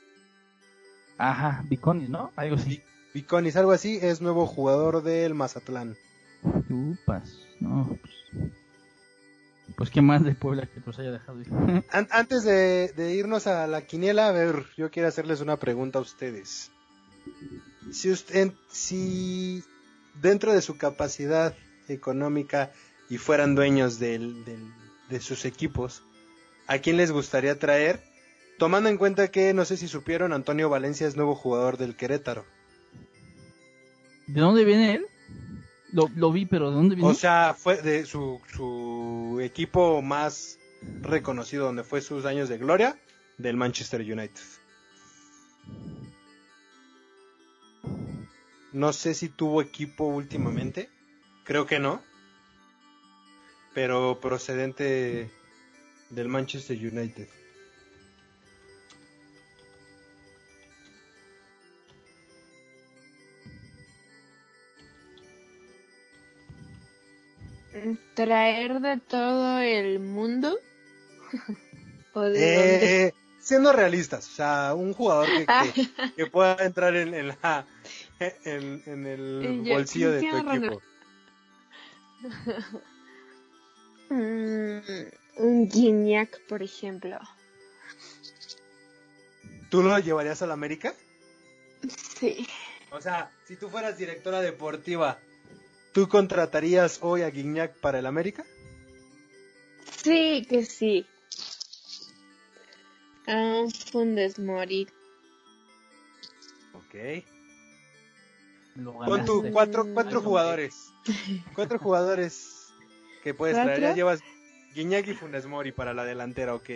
Ajá, Biconis, ¿no? Algo así. Vi- Viconis, algo así, es nuevo jugador del Mazatlán. Upas, no, pues, pues qué más de Puebla que nos haya dejado ir. An- antes de, de irnos a la quiniela, a ver, yo quiero hacerles una pregunta a ustedes. Si usted, si dentro de su capacidad económica y fueran dueños del, del- de sus equipos, ¿a quién les gustaría traer? Tomando en cuenta que, no sé si supieron, Antonio Valencia es nuevo jugador del Querétaro. ¿De dónde viene él? Lo, lo vi, pero ¿de dónde viene? O sea, fue de su, su equipo más reconocido, donde fue sus años de gloria, del Manchester United. No sé si tuvo equipo últimamente, creo que no, pero procedente del Manchester United. ¿Traer de todo el mundo? ¿O de dónde? Eh, siendo realistas, o sea, un jugador que, que, que pueda entrar en, en la en, en el Y yo, bolsillo de tu Cristiano equipo. Mm, un Guiñac, por ejemplo. ¿Tú lo llevarías a la América? Sí. O sea, si tú fueras directora deportiva, ¿tú contratarías hoy a Guignac para el América? Sí, que sí. A un Funes Mori. Ok. Lo Pon tú ganaste. cuatro, cuatro Algo jugadores. Cuatro jugadores que puedes traer. ¿Cuatro? Ya llevas Guignac y Funes Mori para la delantera, ok.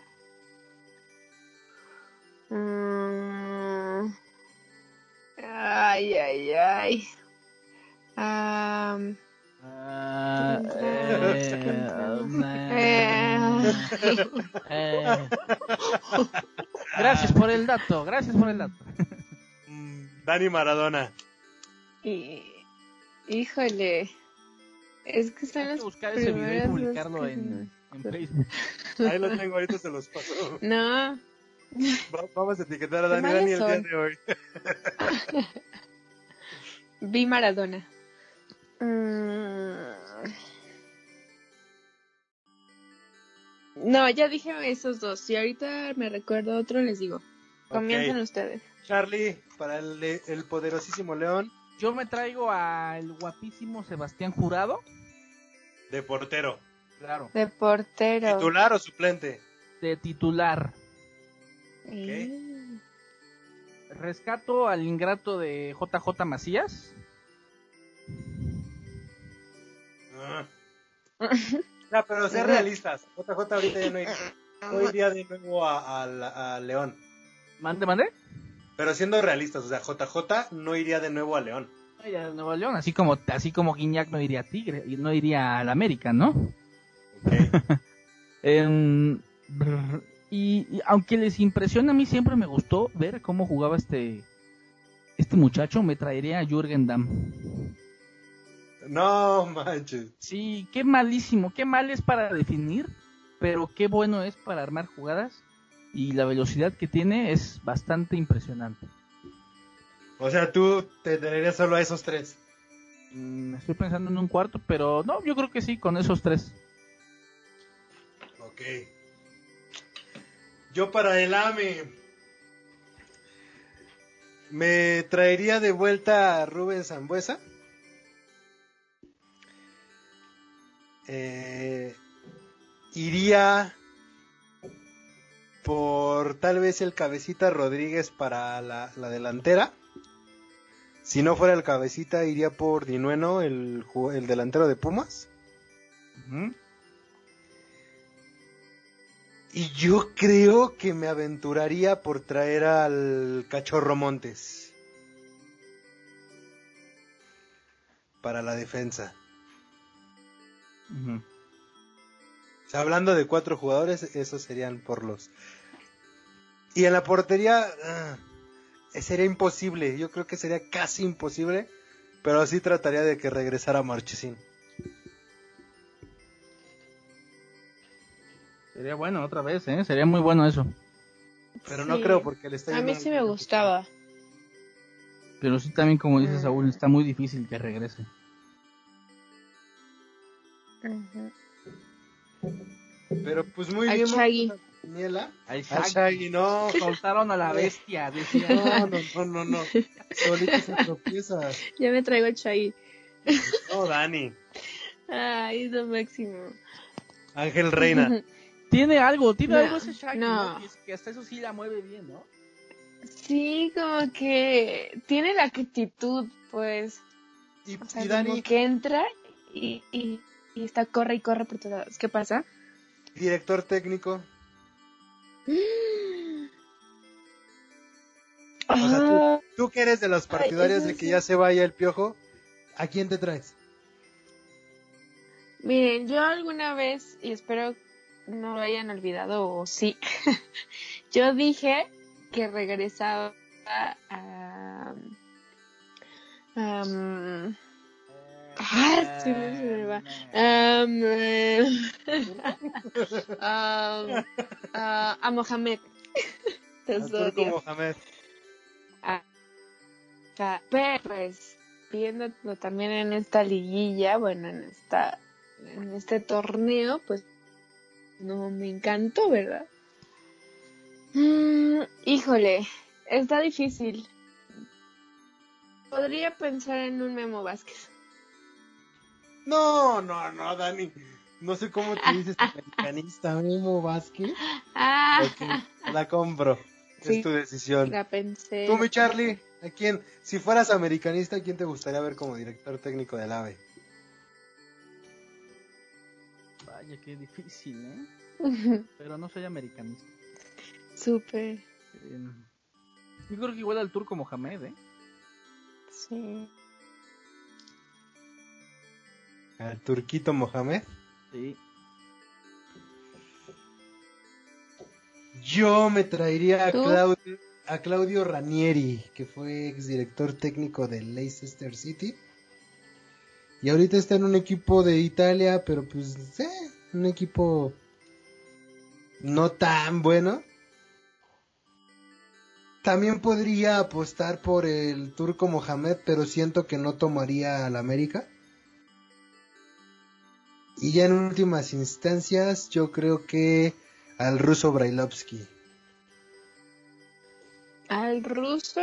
Mm, ay, ay, ay. Am, Ah, Entramos, eh, entramos. eh, eh. Gracias por el dato, gracias por el dato. Mm, Dani Maradona. y, híjole. Es que son Hay que las buscar ese video y primeras dos publicarlo que en, no- en Facebook. Ahí lo tengo, ahorita se los paso. No, Va- Vamos a etiquetar a Qué Dani malos Dani el día son. de hoy. vi Maradona. Mm. No, ya dije esos dos. Si ahorita me recuerdo otro, les digo. Comiencen Ok. ustedes. Charlie, para el, el poderosísimo León, Yo me traigo al guapísimo Sebastián Jurado. de portero. Claro. De portero. ¿Titular o suplente? De titular. Mm. Rescato al ingrato de J J Macías. Ah. Ya, pero ser realistas. J J ahorita ya no iría, no iría de nuevo a, a la- a León. Mande, mande. Pero siendo realistas, o sea, J J no iría de nuevo a León. Ay, a Nuevo León, así como así como Guiñac no iría a Tigre, y no iría al América, ¿no? Ok. Em, brr, y, y aunque les impresiona, a mí siempre me gustó ver cómo jugaba este este muchacho. Me traería a Jürgen Damm. No manches. Sí, qué malísimo, qué mal es para definir, pero qué bueno es para armar jugadas, y la velocidad que tiene es bastante impresionante. O sea, tú te traerías solo a esos tres. Mm, estoy pensando en un cuarto, pero no, yo creo que sí, con esos tres. Ok. Yo para el AME me traería de vuelta a Rubén Sambuesa. eh, iría por tal vez el Cabecita Rodríguez para la, la delantera. Si no fuera el Cabecita, iría por Dinueno, el, el delantero de Pumas. Ujú. Y yo creo que me aventuraría por traer al Cachorro Montes para la defensa. Ujú. O sea, hablando de cuatro jugadores, esos serían por los... Y en la portería ah, sería imposible, yo creo que sería casi imposible, pero sí trataría de que regresara Marchesín. Sería bueno otra vez, ¿eh? Sería muy bueno eso. Pero Sí. no creo porque le está A yendo mí sí me gustaba. Pero sí también, como dice Mm. Saúl, está muy difícil que regrese. Ujú. Pero pues muy Al bien, Shaggy. vamos a la Daniela. Al Al Shaggy, no. Soltaron a la bestia, decía. No, no, no, no, no. Solito se tropieza. Ya me traigo el Shaggy. No, Dani. Ay, es lo máximo. Ángel Reina. Tiene algo, tiene No, algo ese Shaggy, ¿no? no. Que, es- que hasta eso sí la mueve bien, ¿no? Sí, como que tiene la actitud, pues. Y, O sea, y como Dani, que entra y, y, y está corre y corre por todos lados. ¿Qué pasa? director técnico. O sea, tú, Ah, tú que eres de los partidarios eso de que sí. ya se vaya el Piojo, ¿a quién te traes? Miren, yo alguna vez, y espero no lo hayan olvidado, o sí, yo dije que regresaba a... Um, ah, sí, no se me va. Um, eh, um, ah, a Mohamed. Los Al Turco odio. Mohamed. Ah, ah, pero pues viéndolo también en esta liguilla, bueno, en esta en este torneo, pues no me encantó, ¿verdad? Mm, híjole, está difícil. Podría pensar en un Memo Vázquez. No, no, no, Dani. No sé cómo te dices americanista, Memo Vázquez. Ah, Ok, la compro. Sí. Es tu decisión. la pensé. Tú, mi la Charlie, pensé. ¿a quién? Si fueras americanista, ¿a quién te gustaría ver como director técnico del AVE? Vaya, qué difícil, ¿eh? Pero no soy americanista. Súper, Eh, yo creo que igual al Turco Mohamed, ¿eh? sí. Al Turquito Mohamed. Sí. Yo me traería a ¿Tú? Claudio, a Claudio Ranieri, que fue exdirector técnico del Leicester City. Y ahorita está en un equipo de Italia, pero pues, eh, un equipo no tan bueno. También podría apostar por el Turco Mohamed, pero siento que no tomaría al América. Y ya en últimas instancias, yo creo que al ruso Brailovsky. Al ruso,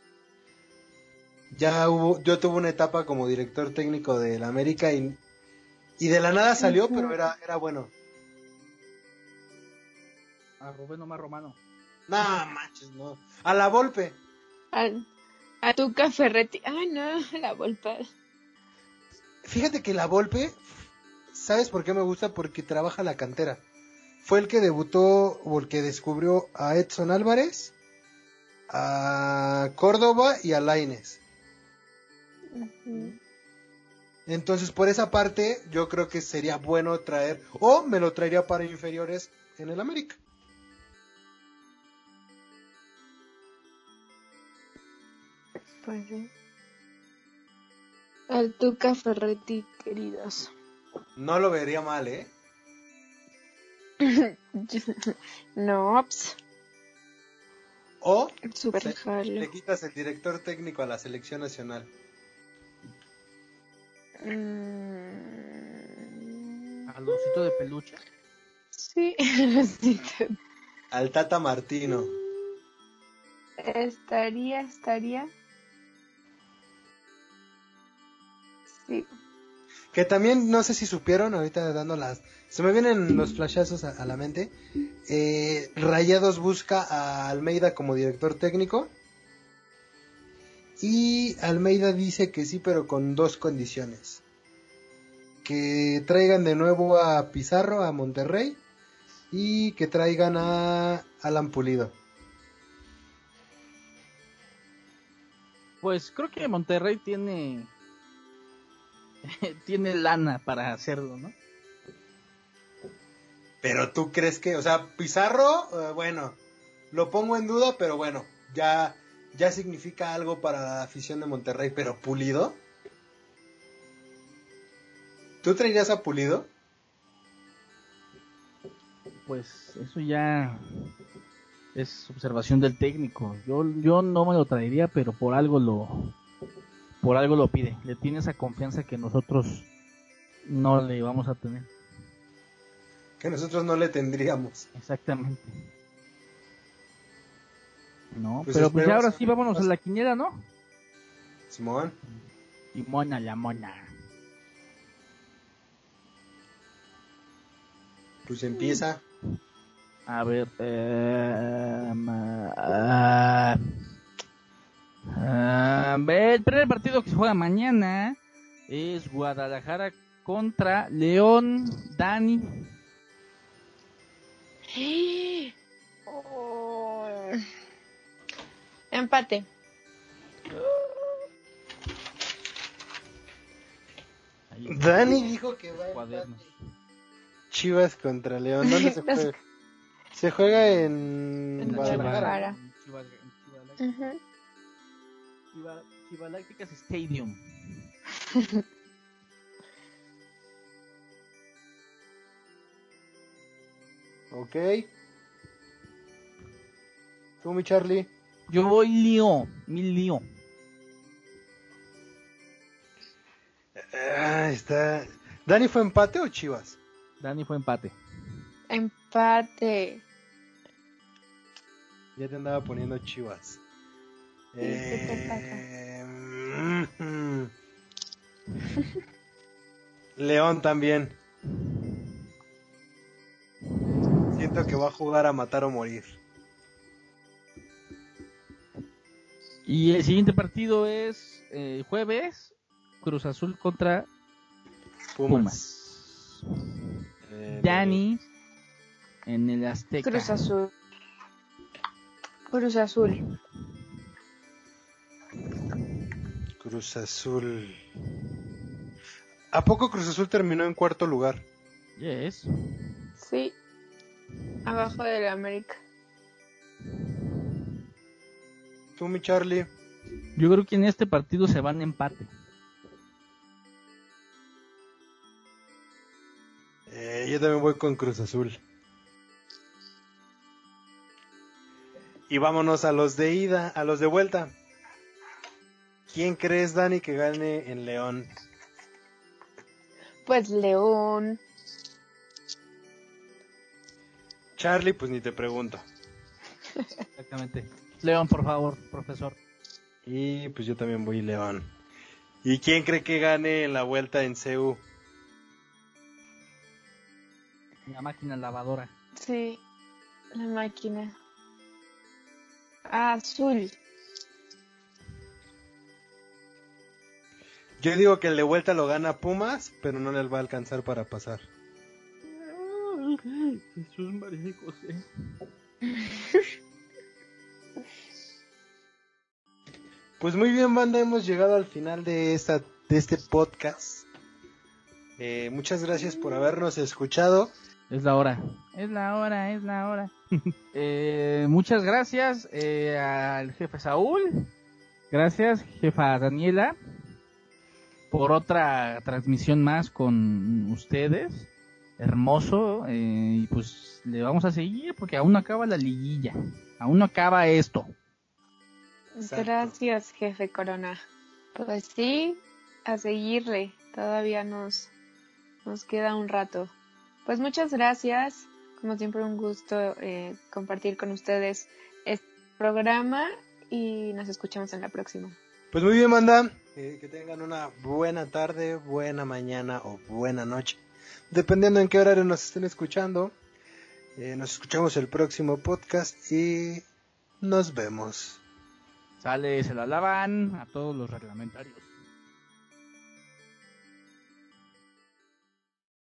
Ya hubo, yo tuve una etapa como director técnico del América y, y de la nada salió, Ujú. pero era, era bueno. A Rubén Omar Romano. No manches, no. A la Volpe. al, a Tuca Ferretti. Ay, no, la Volpe. Fíjate que la Volpe, ¿sabes por qué me gusta? Porque trabaja la cantera. Fue el que debutó o el que descubrió a Edson Álvarez, a Córdoba y a Lainez. Ujú. Entonces, por esa parte, yo creo que sería bueno traer, o me lo traería para inferiores en el América. Pues sí. Al Tuca Ferretti, queridos. No lo vería mal, ¿eh? No, ps, O super te, jalo. te quitas el director técnico a la selección nacional. Mm, Al osito de peluche. sí, sí, Al Tata Martino. estaría, estaría. Sí. Que también, no sé si supieron, ahorita dando las... Se me vienen los flashazos a, a la mente. Eh, Rayados busca a Almeida como director técnico. Y Almeida dice que sí, pero con dos condiciones. Que traigan de nuevo a Pizarro a Monterrey. Y que traigan a Alan Pulido. Pues creo que Monterrey tiene tiene lana para hacerlo, ¿no? Pero tú crees que, o sea, Pizarro, eh, bueno, lo pongo en duda, pero bueno, ya, ya significa algo para la afición de Monterrey, pero Pulido. ¿Tú traerías a Pulido? Pues eso ya es observación del técnico. Yo yo no me lo traería, pero por algo lo por algo lo pide. Le tiene esa confianza que nosotros no le vamos a tener. Que nosotros no le tendríamos. Exactamente. No, Pues pero pues ya esperemos ahora sí a ver vámonos qué a pasa. la quiniela, ¿no? Simón, Y mona la mona. pues empieza. A ver, eh, ma- ah, ah, el primer partido que se juega mañana es Guadalajara contra León. Dani. Oh. Empate. Ahí, Dani dijo que va a cuadernos. Chivas contra León. ¿Dónde se juega? Se juega en En Guadalajara. Guadalajara. Chiva- Chiva- Chiva- Ujú. Chiva- Chivalácticas Stadium. Ok. ¿Tú, mi Charlie? Yo voy Lío, mi Lío. Ah, está. ¿Dani fue empate o Chivas? Dani fue empate. Empate. Ya te andaba poniendo Chivas. Sí, ¿qué te pasa? Eh, mm, León también. Siento que va a jugar a matar o morir. Y el siguiente partido es eh, jueves, Cruz Azul contra Pumas. Pumas. Eh, Dani en el Azteca. Cruz Azul. Cruz Azul. Cruz Azul. ¿A poco Cruz Azul terminó en cuarto lugar? Yes. Sí. Abajo del América. ¿Tú, mi Charlie? Yo creo que en este partido se van empate. Eh, yo también voy con Cruz Azul. Y vámonos a los de ida, a los de vuelta. ¿Quién crees, Dani, que gane en León? Pues León. Charlie, pues ni te pregunto. Exactamente. León, por favor, profesor. Y pues yo también voy León. ¿Y quién cree que gane en la vuelta en C U? La máquina lavadora. Sí. La máquina. Azul. Yo digo que el de vuelta lo gana Pumas, pero no les va a alcanzar para pasar. Jesús, María y José. Pues muy bien, banda, hemos llegado al final de esta de este podcast. Eh, muchas gracias por habernos escuchado. Es la hora. Es la hora, es la hora. eh, muchas gracias eh, al jefe Saúl. Gracias, jefa Daniela, por otra transmisión más con ustedes. Hermoso. Eh, y pues le vamos a seguir porque aún no acaba la liguilla. Aún no acaba esto. Exacto. Gracias, jefe Corona. Pues sí, a seguirle. Todavía nos, nos queda un rato. Pues muchas gracias. Como siempre, un gusto eh, compartir con ustedes este programa y nos escuchamos en la próxima. Pues muy bien, banda. Que, que tengan una buena tarde, buena mañana o buena noche. Dependiendo en qué horario nos estén escuchando. Eh, nos escuchamos el próximo podcast y nos vemos. Sale, se la lavan a todos los reglamentarios.